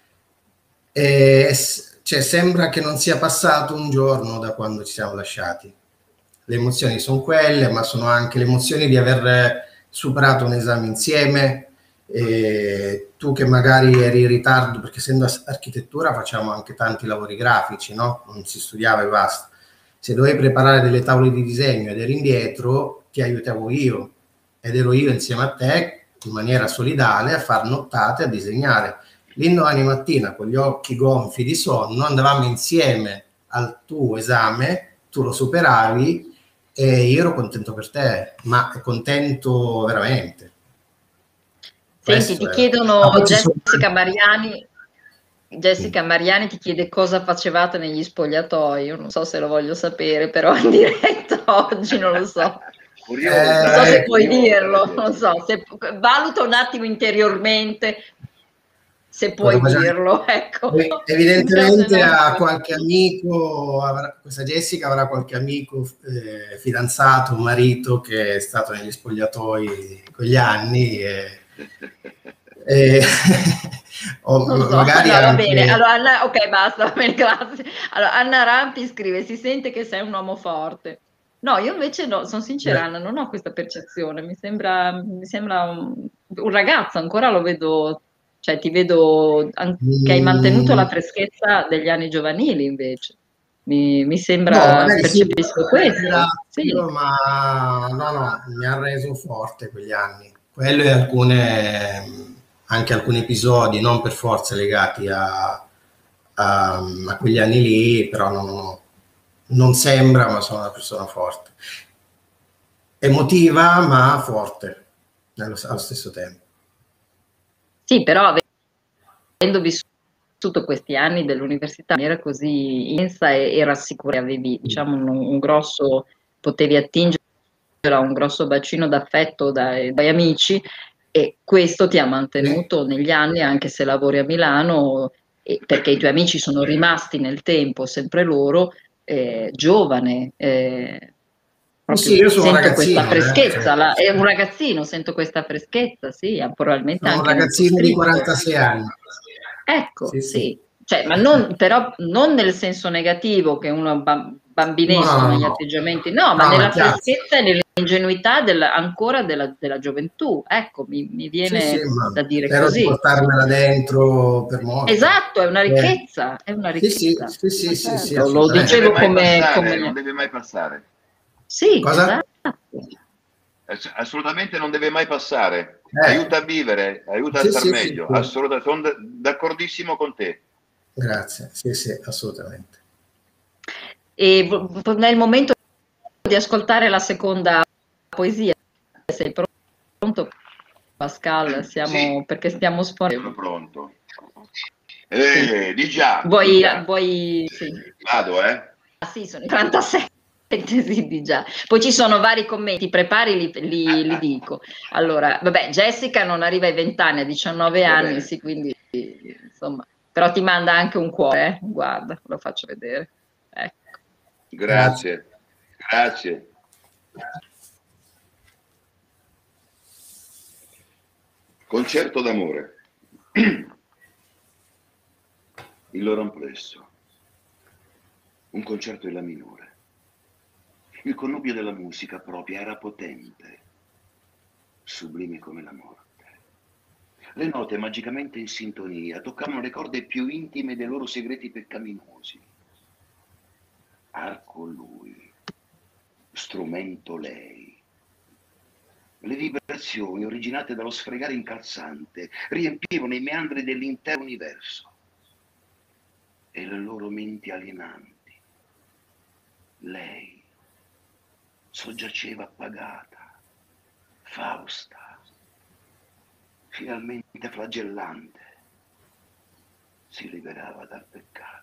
cioè sembra che non sia passato un giorno da quando ci siamo lasciati. Le emozioni sono quelle, ma sono anche le emozioni di aver superato un esame insieme, tu che magari eri in ritardo, perché essendo architettura facciamo anche tanti lavori grafici, no? Non si studiava e basta. Se dovevi preparare delle tavole di disegno ed eri indietro, ti aiutavo io, ed ero io insieme a te in maniera solidale a far nottate, a disegnare. L'indomani mattina, con gli occhi gonfi di sonno, andavamo insieme al tuo esame, tu lo superavi e io ero contento per te, ma contento veramente. Senti, ti chiedono, Jessica Mariani ti chiede cosa facevate negli spogliatoi. Io non so se lo voglio sapere, però in diretta oggi non lo so. Non so se puoi dirlo, non so, valuta un attimo interiormente se puoi dirlo, ecco. Evidentemente a qualche amico, questa Jessica avrà qualche amico fidanzato, marito che è stato negli spogliatoi con gli anni magari va bene. Allora, Anna, ok, basta, va bene, grazie. Allora, Anna Rampi scrive: si sente che sei un uomo forte. No, io invece no, sono sincera, Anna, non ho questa percezione, mi sembra un ragazzo, ancora lo vedo, cioè ti vedo che hai mantenuto la freschezza degli anni giovanili invece. Mi sembra, percepisco questo. Ma no, mi ha reso forte quegli anni. Quello e anche alcuni episodi, non per forza legati a quegli anni lì, però non sembra, ma sono una persona forte. Emotiva, ma forte allo stesso tempo. Sì, però avendo vissuto questi anni dell'università in maniera così intensa e rassicurante, avevi, diciamo, un grosso, potevi attingere a un grosso bacino d'affetto dai amici, e questo ti ha mantenuto negli anni, anche se lavori a Milano, perché i tuoi amici sono rimasti nel tempo, sempre loro, giovane. Sì, io sono un ragazzino, questa freschezza, è un ragazzino, sento questa freschezza, sì, probabilmente sono anche un ragazzino di 46 anni. Ecco, sì. Cioè, ma però non nel senso negativo, che uno bambinesco negli atteggiamenti, ma nella freschezza e nell'ingenuità ancora della gioventù. Ecco, mi viene da dire così. Di portarmela dentro per molto. Esatto, è una ricchezza, è una ricchezza. Sì, lo dicevo come... Non deve mai passare. Sì, cosa? Esatto. Assolutamente non deve mai passare. aiuta a vivere, aiuta a star meglio. Sì. Assolutamente, sono d'accordissimo con te. Grazie, sì, assolutamente. E nel momento di ascoltare la seconda poesia, sei pronto, Pascal? Sì, perché stiamo sono sforando. pronto. Sì. Di già. Vuoi sì. Vado, Sì, sono i 37, sì, di già. Poi ci sono vari commenti, prepari, li dico. Allora, vabbè, Jessica non arriva ai 20 anni, a 19 Va anni, bene. sì, quindi insomma, però ti manda anche un cuore, guarda, lo faccio vedere. Ecco. Grazie. Concerto d'amore. Il loro amplesso. Un concerto in la minore. Il connubio della musica propria era potente, sublime come la morte. Le note magicamente in sintonia toccavano le corde più intime dei loro segreti peccaminosi. Arco lui, strumento lei. Le vibrazioni originate dallo sfregare incalzante riempivano i meandri dell'intero universo e le loro menti alienanti. Lei soggiaceva appagata, fausta, finalmente flagellante, si liberava dal peccato.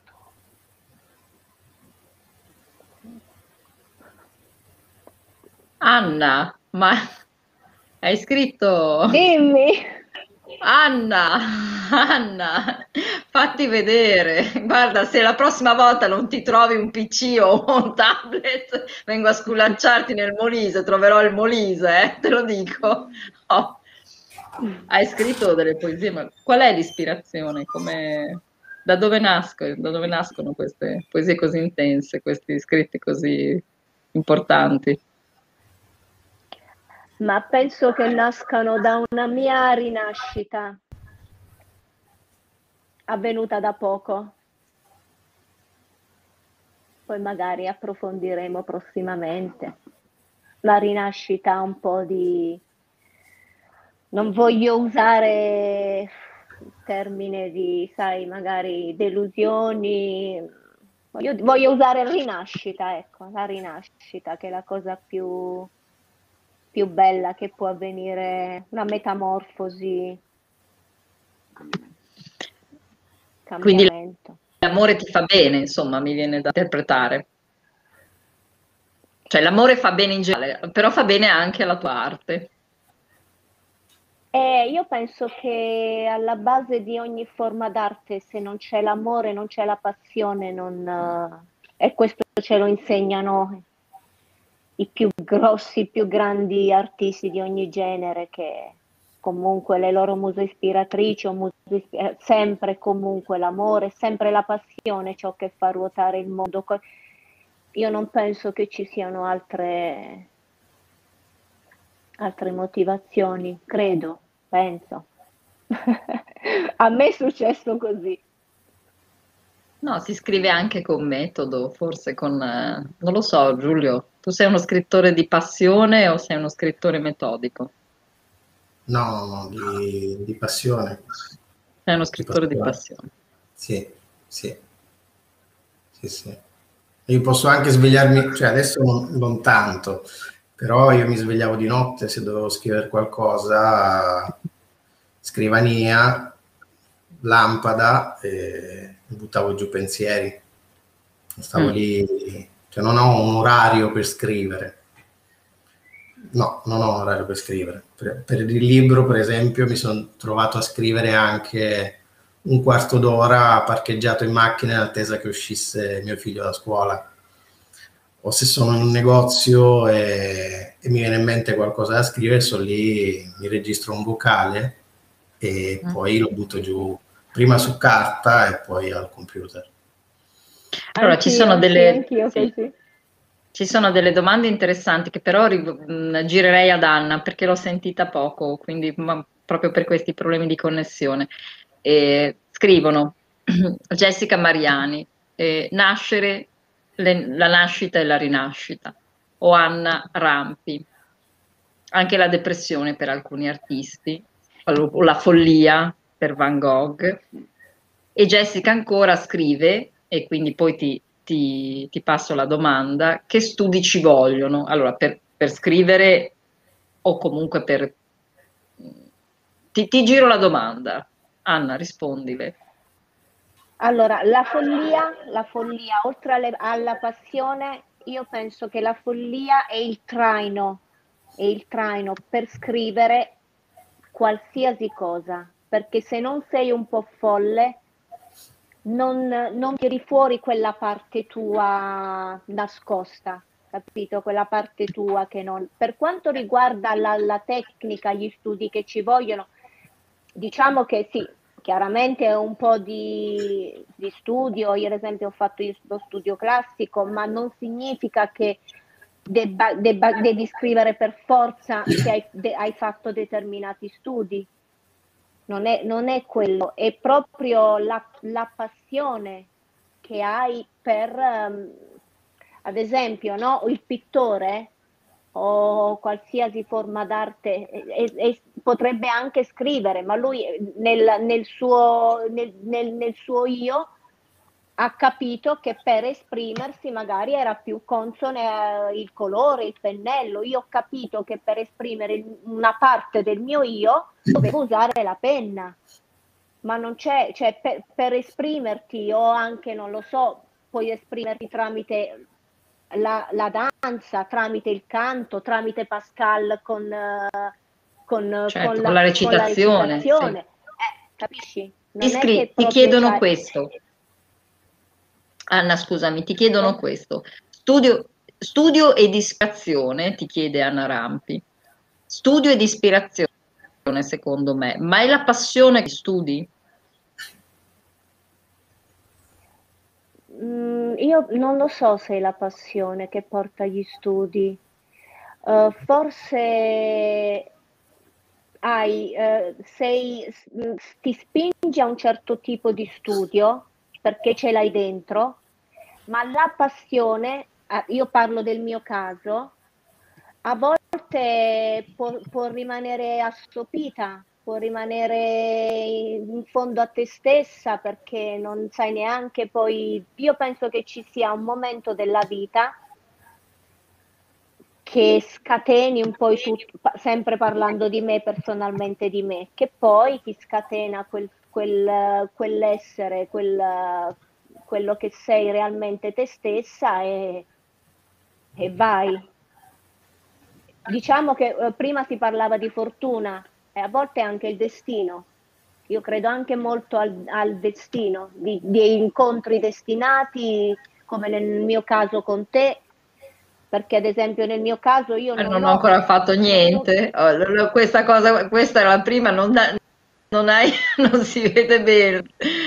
Anna, ma hai scritto... Dimmi. Anna, fatti vedere. Guarda, se la prossima volta non ti trovi un PC o un tablet, vengo a sculacciarti nel Molise, troverò il Molise, te lo dico. Oh. Hai scritto delle poesie, ma qual è l'ispirazione? Da dove nascono queste poesie così intense, questi scritti così importanti? Ma penso che nascano da una mia rinascita avvenuta da poco. Poi magari approfondiremo prossimamente. La rinascita un po' di... Non voglio usare il termine di, sai, magari delusioni. Voglio usare rinascita, ecco, la rinascita, che è la cosa più bella che può avvenire, una metamorfosi, Quindi cambiamento. l'amore ti fa bene, insomma, mi viene da interpretare. Cioè l'amore fa bene in generale, però fa bene anche alla tua arte. Io penso che alla base di ogni forma d'arte, se non c'è l'amore, non c'è la passione, e questo ce lo insegnano i più grossi, i più grandi artisti di ogni genere, che comunque le loro muse ispiratrici sempre comunque l'amore, sempre la passione, ciò che fa ruotare il mondo. Io non penso che ci siano altre motivazioni, penso. A me è successo così. No, si scrive anche con metodo, forse non lo so, Giulio, tu sei uno scrittore di passione o sei uno scrittore metodico? No, di passione. Sei uno scrittore di passione. Sì. Io posso anche svegliarmi, cioè adesso non tanto, però io mi svegliavo di notte se dovevo scrivere qualcosa, scrivania, lampada, e buttavo giù pensieri. Stavo lì, cioè non ho un orario per scrivere. No, non ho un orario per scrivere. Per il libro, per esempio, mi sono trovato a scrivere anche un quarto d'ora parcheggiato in macchina in attesa che uscisse mio figlio da scuola. O se sono in un negozio e mi viene in mente qualcosa da scrivere, sono lì, mi registro un vocale e poi lo butto giù prima su carta e poi al computer. Allora, ci sono Sì. sono delle domande interessanti che però girerei ad Anna perché l'ho sentita poco, quindi proprio per questi problemi di connessione. Scrivono Jessica Mariani, nascere, la nascita e la rinascita, o Anna Rampi. anche la depressione per alcuni artisti, o la follia per Van Gogh. E Jessica ancora scrive, e quindi poi ti passo la domanda: che studi ci vogliono? Allora, per scrivere o comunque per... Ti giro la domanda. Anna, rispondile. Allora, la follia, oltre alla passione, io penso che la follia è il traino per scrivere qualsiasi cosa, perché se non sei un po' folle, non tiri fuori quella parte tua nascosta, capito? Quella parte tua che non... Per quanto riguarda la tecnica, gli studi che ci vogliono, diciamo che sì, chiaramente è un po' di studio. Io ad esempio ho fatto lo studio classico, ma non significa che devi scrivere per forza che hai fatto determinati studi. Non è quello, è proprio la passione che hai per, ad esempio, no? Il pittore o qualsiasi forma d'arte potrebbe anche scrivere, ma lui nel suo io ha capito che per esprimersi magari era più consone il colore, il pennello. Io ho capito che per esprimere una parte del mio io dovevo usare la penna, ma non c'è, cioè per esprimerti, o anche, non lo so, puoi esprimerti tramite la danza, tramite il canto, tramite Pascal Certo, con la recitazione. Sì. Capisci? Non è che ti chiedono questo. Anna, scusami, ti chiedono questo. Studio ed ispirazione, ti chiede Anna Rampi. Studio ed ispirazione, secondo me, ma è la passione che studi? Io non lo so se è la passione che porta agli studi. Forse ti spingi a un certo tipo di studio perché ce l'hai dentro, ma la passione, io parlo del mio caso, a volte può rimanere assopita, può rimanere in fondo a te stessa perché non sai neanche poi. Io penso che ci sia un momento della vita che scateni un po' tutto, sempre parlando di me, personalmente di me, che poi ti scatena quell'essere, quello che sei realmente te stessa e vai. Diciamo che prima si parlava di fortuna e a volte anche il destino. Io credo anche molto al destino, di incontri destinati, come nel mio caso con te, perché ad esempio nel mio caso io non ho ancora fatto niente. Questa è la prima, non si vede bene.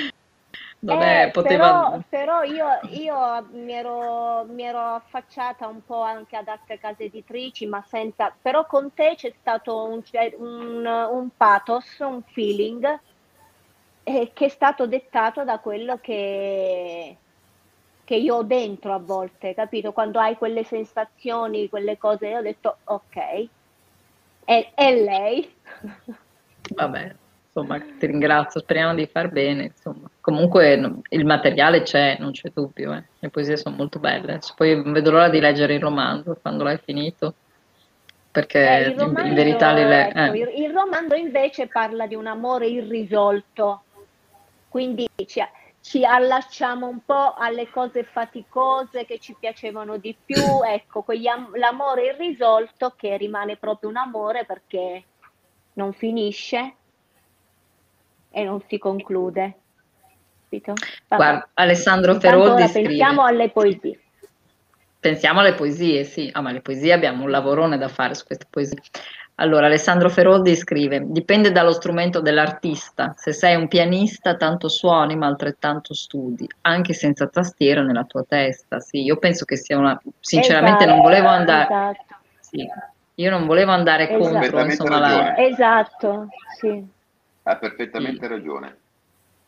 Però io mi ero affacciata un po' anche ad altre case editrici, ma senza. Però con te c'è stato un pathos, un feeling che è stato dettato da quello che io ho dentro a volte, capito? Quando hai quelle sensazioni, quelle cose, io ho detto ok, è lei. Vabbè, insomma, ti ringrazio, speriamo di far bene. Insomma. Comunque il materiale c'è, non c'è dubbio, eh. Le poesie sono molto belle. Poi vedo l'ora di leggere il romanzo quando l'hai finito, perché in verità il romanzo invece parla di un amore irrisolto, quindi ci allacciamo un po' alle cose faticose che ci piacevano di più, ecco, l'amore irrisolto che rimane proprio un amore perché non finisce e non si conclude. Capito? Guarda, Alessandro Feroldi scrive. Pensiamo alle poesie. Pensiamo alle poesie, sì. Ma le poesie abbiamo un lavorone da fare su queste poesie. Allora, Alessandro Feroldi scrive: dipende dallo strumento dell'artista. Se sei un pianista, tanto suoni, ma altrettanto studi, anche senza tastiera nella tua testa. Sì, io penso che sia una. Sinceramente, non volevo andare. Esatto. Sì, io non volevo andare contro, insomma, Esatto, sì. Ha perfettamente ragione.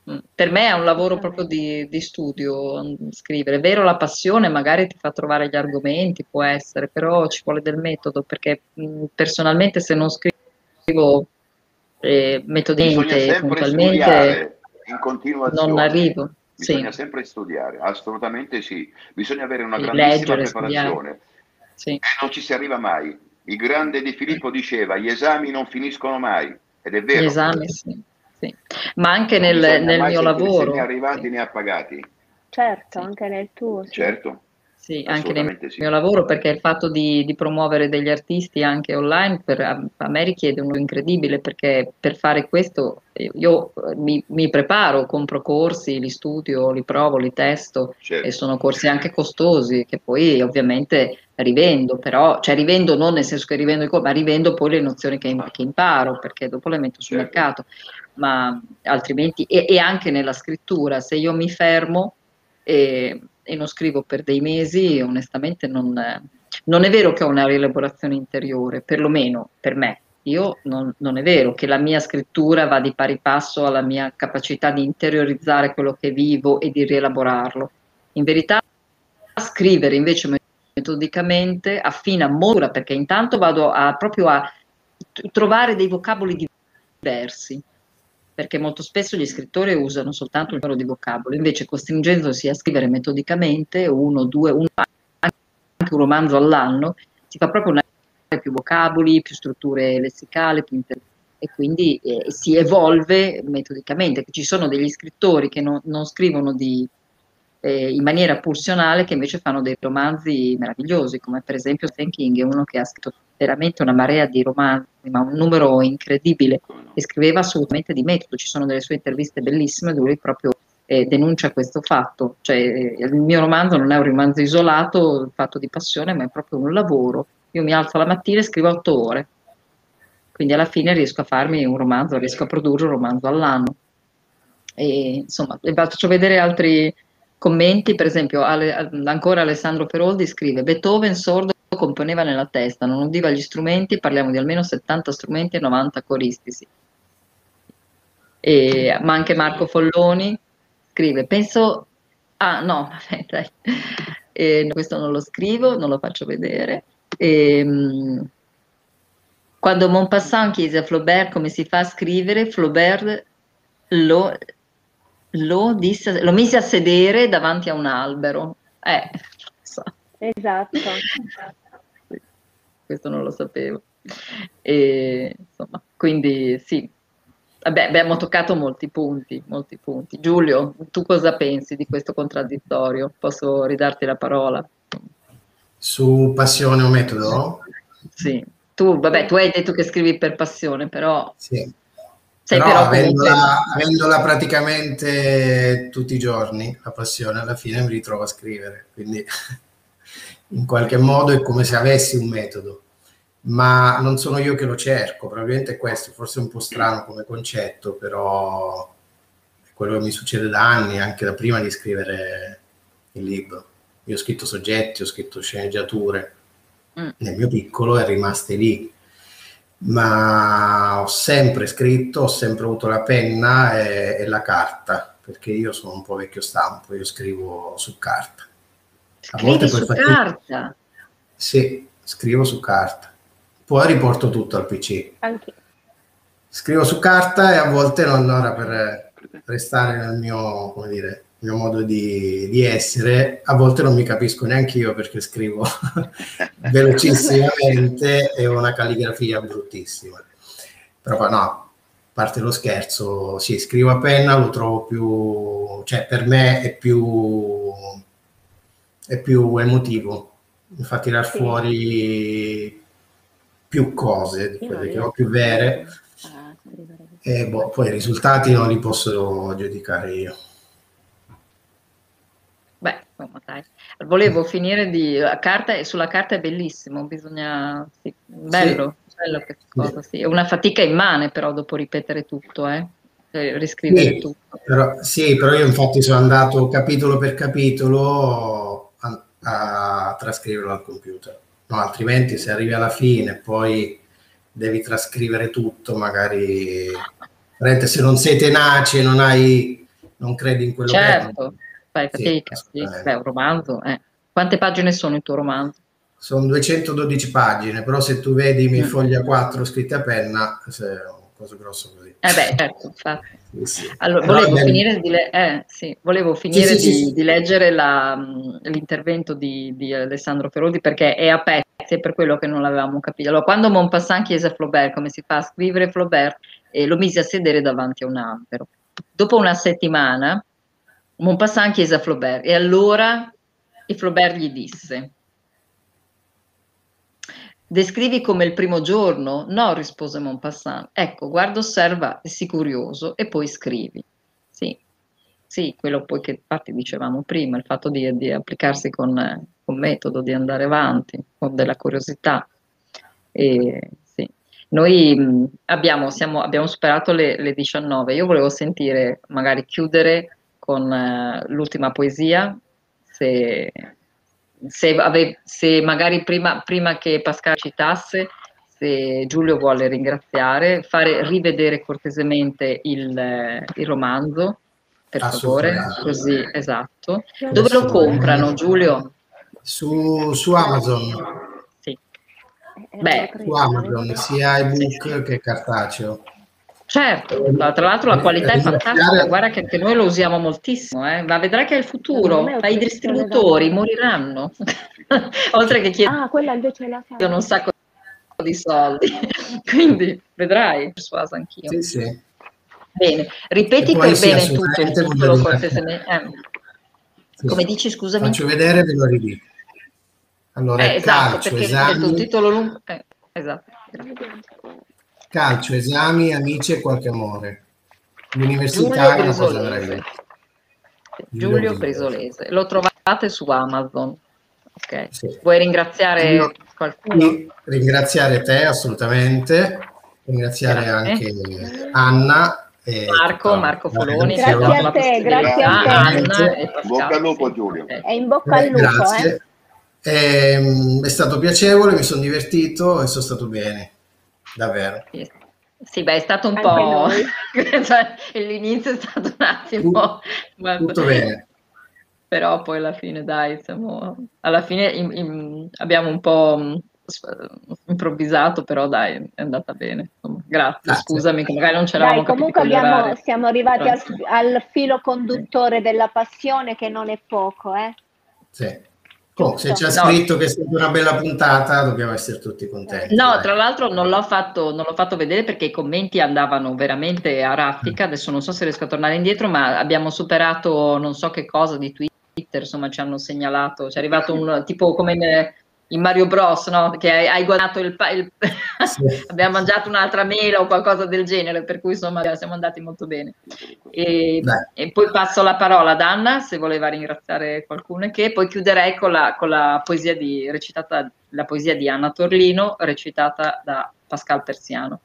Per me è un lavoro proprio di studio, scrivere. È vero, la passione magari ti fa trovare gli argomenti, può essere, però ci vuole del metodo, perché personalmente se non scrivo Bisogna metodicamente, sempre puntualmente, studiare in non continuazione. arrivo. Bisogna Sì, sempre studiare, assolutamente sì. Bisogna avere una sì, grandissima leggere, studiare. preparazione Sì. e non ci si arriva mai. Il grande Di Filippo diceva: gli esami non finiscono mai, ed è Gli vero. esami, sì, sì. Ma anche Non bisogna nel mai mio sentirsi né lavoro, arrivati sì, né appagati. Certo, sì. anche nel tuo, sì. Certo, Sì, anche nel assolutamente sì. mio lavoro, perché il fatto di promuovere degli artisti anche online a me richiede un lavoro incredibile, perché per fare questo io mi preparo, compro corsi, li studio, li provo, li testo, e Certo, sono corsi anche costosi che poi ovviamente rivendo, però, cioè rivendo non nel senso che rivendo i corsi, ma rivendo poi le nozioni che imparo, perché dopo le metto sul certo. mercato, ma altrimenti, e anche nella scrittura, se io mi fermo e non scrivo per dei mesi, onestamente non è vero che ho una rielaborazione interiore, perlomeno per me. Io non è vero che la mia scrittura va di pari passo alla mia capacità di interiorizzare quello che vivo e di rielaborarlo. In verità, scrivere invece metodicamente affina molto, perché intanto vado proprio a trovare dei vocaboli diversi, perché molto spesso gli scrittori usano soltanto il numero di vocaboli, invece costringendosi a scrivere metodicamente uno, due, anche un romanzo all'anno, si fa proprio più vocaboli, più strutture lessicali, e quindi si evolve metodicamente. Ci sono degli scrittori che non scrivono in maniera pulsionale, che invece fanno dei romanzi meravigliosi, come per esempio Stephen King, è uno che ha scritto veramente una marea di romanzi, ma un numero incredibile, Come no? e scriveva assolutamente di metodo. Ci sono delle sue interviste bellissime dove lui proprio denuncia questo fatto, cioè il mio romanzo non è un romanzo isolato, fatto di passione, ma è proprio un lavoro. Io mi alzo la mattina e scrivo 8 ore, quindi alla fine riesco a farmi un romanzo, riesco a produrre un romanzo all'anno. E, insomma, vi faccio vedere altri commenti, per esempio ancora Alessandro Feroldi scrive: Beethoven sordo componeva nella testa, non udiva gli strumenti, parliamo di almeno 70 strumenti e 90 coristi, sì. Ma anche Marco Folloni scrive: penso, ah no, vabbè, dai. Questo non lo scrivo, non lo faccio vedere. Quando Maupassant chiese a Flaubert come si fa a scrivere, Flaubert lo mise a sedere davanti a un albero. So. Esatto. Sì, questo non lo sapevo. Insomma, quindi sì. Vabbè, abbiamo toccato molti punti, molti punti. Giulio, tu cosa pensi di questo contraddittorio? Posso ridarti la parola? Su passione o metodo? Sì. Vabbè, tu hai detto che scrivi per passione, però Sì. sei Però comunque... avendola praticamente tutti i giorni, la passione, alla fine mi ritrovo a scrivere, quindi in qualche modo è come se avessi un metodo, ma non sono io che lo cerco, probabilmente è questo, forse è un po' strano come concetto, però è quello che mi succede da anni, anche da prima di scrivere il libro. Io ho scritto soggetti, ho scritto sceneggiature, nel mio piccolo è rimaste lì, ma ho sempre scritto, ho sempre avuto la penna e la carta, perché io sono un po' vecchio stampo, io scrivo su carta. A volte Scrivi poi su carta? Sì, scrivo su carta. Poi riporto tutto al PC. Anche. Scrivo su carta e a volte non ora per restare nel mio, come dire, il mio modo di essere, a volte non mi capisco neanche io perché scrivo velocissimamente e ho una calligrafia bruttissima. Però no, a parte lo scherzo, sì, scrivo a penna, lo trovo più, cioè per me è più emotivo, mi fa tirar fuori più cose, quelle che ho più vere, e poi i risultati non li posso giudicare io. Beh, insomma, dai. Volevo finire sulla carta è bellissimo, bisogna, sì, bello questa cosa, sì. È una fatica immane però dopo ripetere tutto, riscrivere tutto. Però io infatti sono andato capitolo per capitolo a trascriverlo al computer, no, altrimenti se arrivi alla fine poi devi trascrivere tutto, magari se non sei tenace, non hai non credi in quello Certo, fai che è? Sì, fatica, sì. assolutamente. Beh, un romanzo, Quante pagine sono il tuo romanzo? Sono 212 pagine, però se tu vedi i miei Mm. fogli A4 scritti a penna, è un coso grosso così. Beh, certo, infatti. Sì, sì. Allora, Però volevo è bello. finire volevo Sì, finire sì, sì, sì. di leggere l'intervento di Alessandro Feroldi, perché è a pezzi, è per quello che non l'avevamo capito. Allora, quando Maupassant chiese a Flaubert come si fa a scrivere, Flaubert lo mise a sedere davanti a un albero. Dopo una settimana, Maupassant chiese a Flaubert, e Flaubert gli disse: descrivi come il primo giorno? No, rispose Maupassant. Ecco, guarda, osserva, sii curioso e poi scrivi. Sì, sì, quello poi che infatti dicevamo prima, il fatto di applicarsi con metodo, di andare avanti, con della curiosità. Sì. Noi abbiamo superato le 19. Io volevo sentire, magari chiudere con l'ultima poesia, se, se magari prima che Pascal citasse, se Giulio vuole ringraziare, fare rivedere cortesemente il romanzo, per favore, Assolutamente. così, esatto. Dove lo Adesso comprano, Giulio? su Amazon, Sì. Lo Beh, su prendo, Amazon, sia sì, ebook sì. che cartaceo. Certo, tra l'altro la qualità è fantastica, Ringraziare, guarda che anche noi lo usiamo moltissimo, ma vedrai che è il secondo me futuro, è ma i oppressione distributori d'amore. moriranno, oltre che chiedono Ah, quella invece la sai. un sacco di soldi, quindi vedrai, persuasa anch'io. sì, sì. Bene, E ripeti poi per sì, bene tutto il assolutamente voglio titolo ringraziare. cortesemente. Come Sì. dici, scusami? Faccio vedere e ve lo ridico. Allora, è Esatto, perché hai detto un titolo lungo. Esatto. calcio, esami, amici e qualche amore. Giulio L'università è una cosa Bresolese. meravigliosa. Giulio Giulio Brisolese. Bresolese. Lo trovate su Amazon. Ok. Sì. Vuoi Io ringraziare qualcuno? ringraziare te assolutamente, ringraziare Grazie. anche Anna e tutta Marco la Foloni ci ha Grazie dato a la te, grazie a possibilità, te. Anna redazione. e Bocca Pascal. al lupo, Sì, Giulio. ok. E in bocca al lupo, Grazie. È stato piacevole, mi sono divertito e sono stato bene, davvero. Sì, sì, beh, è stato un Anche po', noi. cioè, l'inizio è stato un attimo, Tutto bene. però poi alla fine, dai, alla fine abbiamo un po' improvvisato, però dai, è andata bene. Insomma, grazie, Grazie. scusami, che magari non ci Dai, eravamo capiti comunque con gli orari. siamo arrivati Però, al filo sì. conduttore della passione, che non è poco, Sì. Se giusto? c'è No, scritto che è stata una bella puntata, dobbiamo essere tutti contenti, no, dai. tra l'altro non l'ho fatto vedere perché i commenti andavano veramente a raffica. Adesso non so se riesco a tornare indietro, ma abbiamo superato non so che cosa di Twitter, insomma, ci hanno segnalato, ci è arrivato un tipo come in Mario Bros, no? Che hai guadagnato Sì. abbiamo mangiato un'altra mela o qualcosa del genere, per cui insomma siamo andati molto bene. E, Dai. e poi passo la parola ad Anna se voleva ringraziare qualcuno, che poi chiuderei con la poesia recitata, la poesia di Anna Torlino, recitata da Pascal Persiano.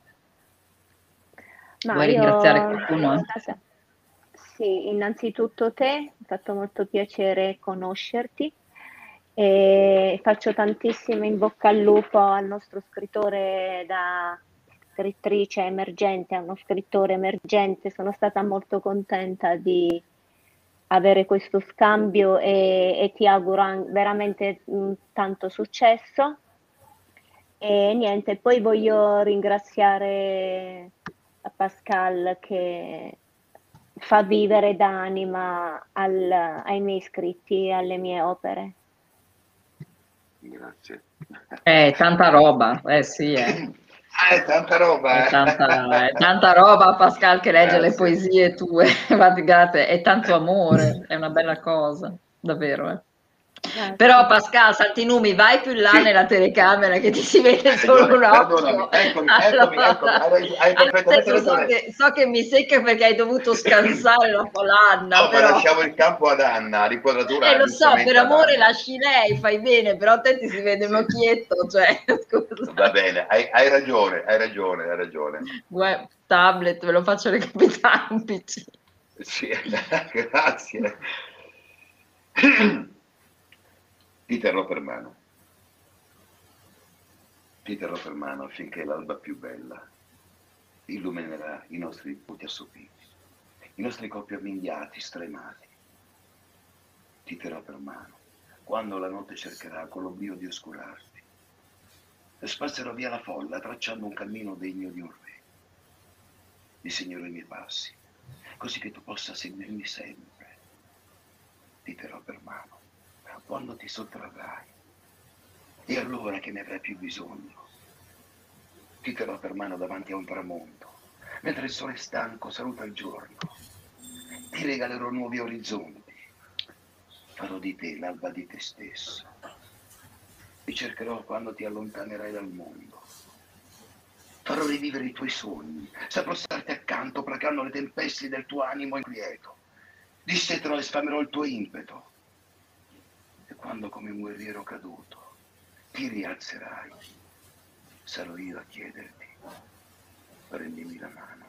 Ma Vuoi ringraziare qualcuno? sì, innanzitutto te, mi ha fatto molto piacere conoscerti e faccio tantissimo in bocca al lupo al nostro scrittore da scrittrice emergente, a uno scrittore emergente. Sono stata molto contenta di avere questo scambio e ti auguro veramente tanto successo. E niente, poi voglio ringraziare a Pascal che fa vivere d'anima ai miei scritti, alle mie opere. Grazie. Tanta roba, sì, Tanta roba, È tanta roba, Pascal, che legge le Grazie. poesie tue. Infatti, grazie, è tanto amore, è una bella cosa, davvero. Grazie. Però Pascal Santinumi, vai più in là Sì. nella telecamera che ti si vede solo un Perdonami, occhio. eccomi, Allora, hai perfettamente adesso ragione. so che mi secca perché hai dovuto scansare la Polanna, No, ma però... lasciamo il campo ad Anna, l'inquadratura Lo so, per giustamente ad amore Anna. lasci lei, fai bene, però a te ti si vede un Sì. occhietto, cioè, scusa. Va bene, hai ragione, hai ragione. Tablet, ve lo faccio recapitare un PC. Sì, grazie. Ti terrò per mano affinché l'alba più bella illuminerà i nostri punti assopiti, i nostri corpi avvinghiati, stremati. Ti terrò per mano quando la notte cercherà con l'oblio di oscurarti. E spazzerò via la folla tracciando un cammino degno di un re. Disegnerò i miei passi, così che tu possa seguirmi sempre. Ti terrò per mano quando ti sottrarrai. E allora che ne avrai più bisogno. Ti terrò per mano davanti a un tramonto, mentre il sole stanco saluta il giorno. Ti regalerò nuovi orizzonti. Farò di te l'alba di te stesso. Ti cercherò quando ti allontanerai dal mondo. Farò rivivere i tuoi sogni. Saprò starti accanto, placando le tempeste del tuo animo inquieto. Disseterò e sfamerò il tuo impeto. E quando come un guerriero caduto ti rialzerai, sarò io a chiederti, prendimi la mano.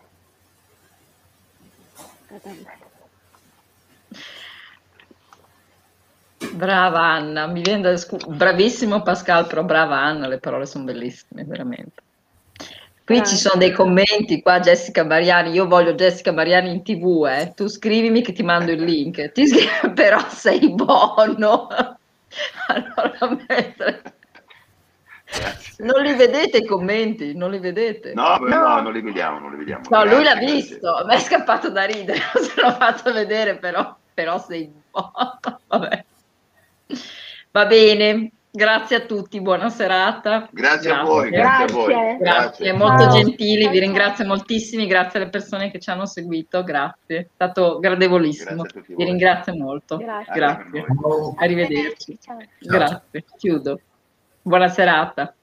Brava Anna, mi viene da bravissimo Pascal, però brava Anna, le parole sono bellissime, veramente. Qui ci sono dei commenti, qua Jessica Mariani, io voglio Jessica Mariani in TV, tu scrivimi che ti mando il link, ti scrivo, però sei buono. Allora, non li vedete i commenti, non li vedete? No, non li vediamo, non li vediamo. No, grazie, lui l'ha grazie. visto, a me è scappato da ridere, se l'ho fatto vedere, però sei buono. Vabbè. Va bene, grazie a tutti, buona serata. Grazie a voi, grazie a voi. Grazie, molto gentili, vi ringrazio moltissimo, grazie alle persone che ci hanno seguito, grazie, è stato gradevolissimo, vi ringrazio molto, grazie. Arrivederci, grazie, chiudo, buona serata.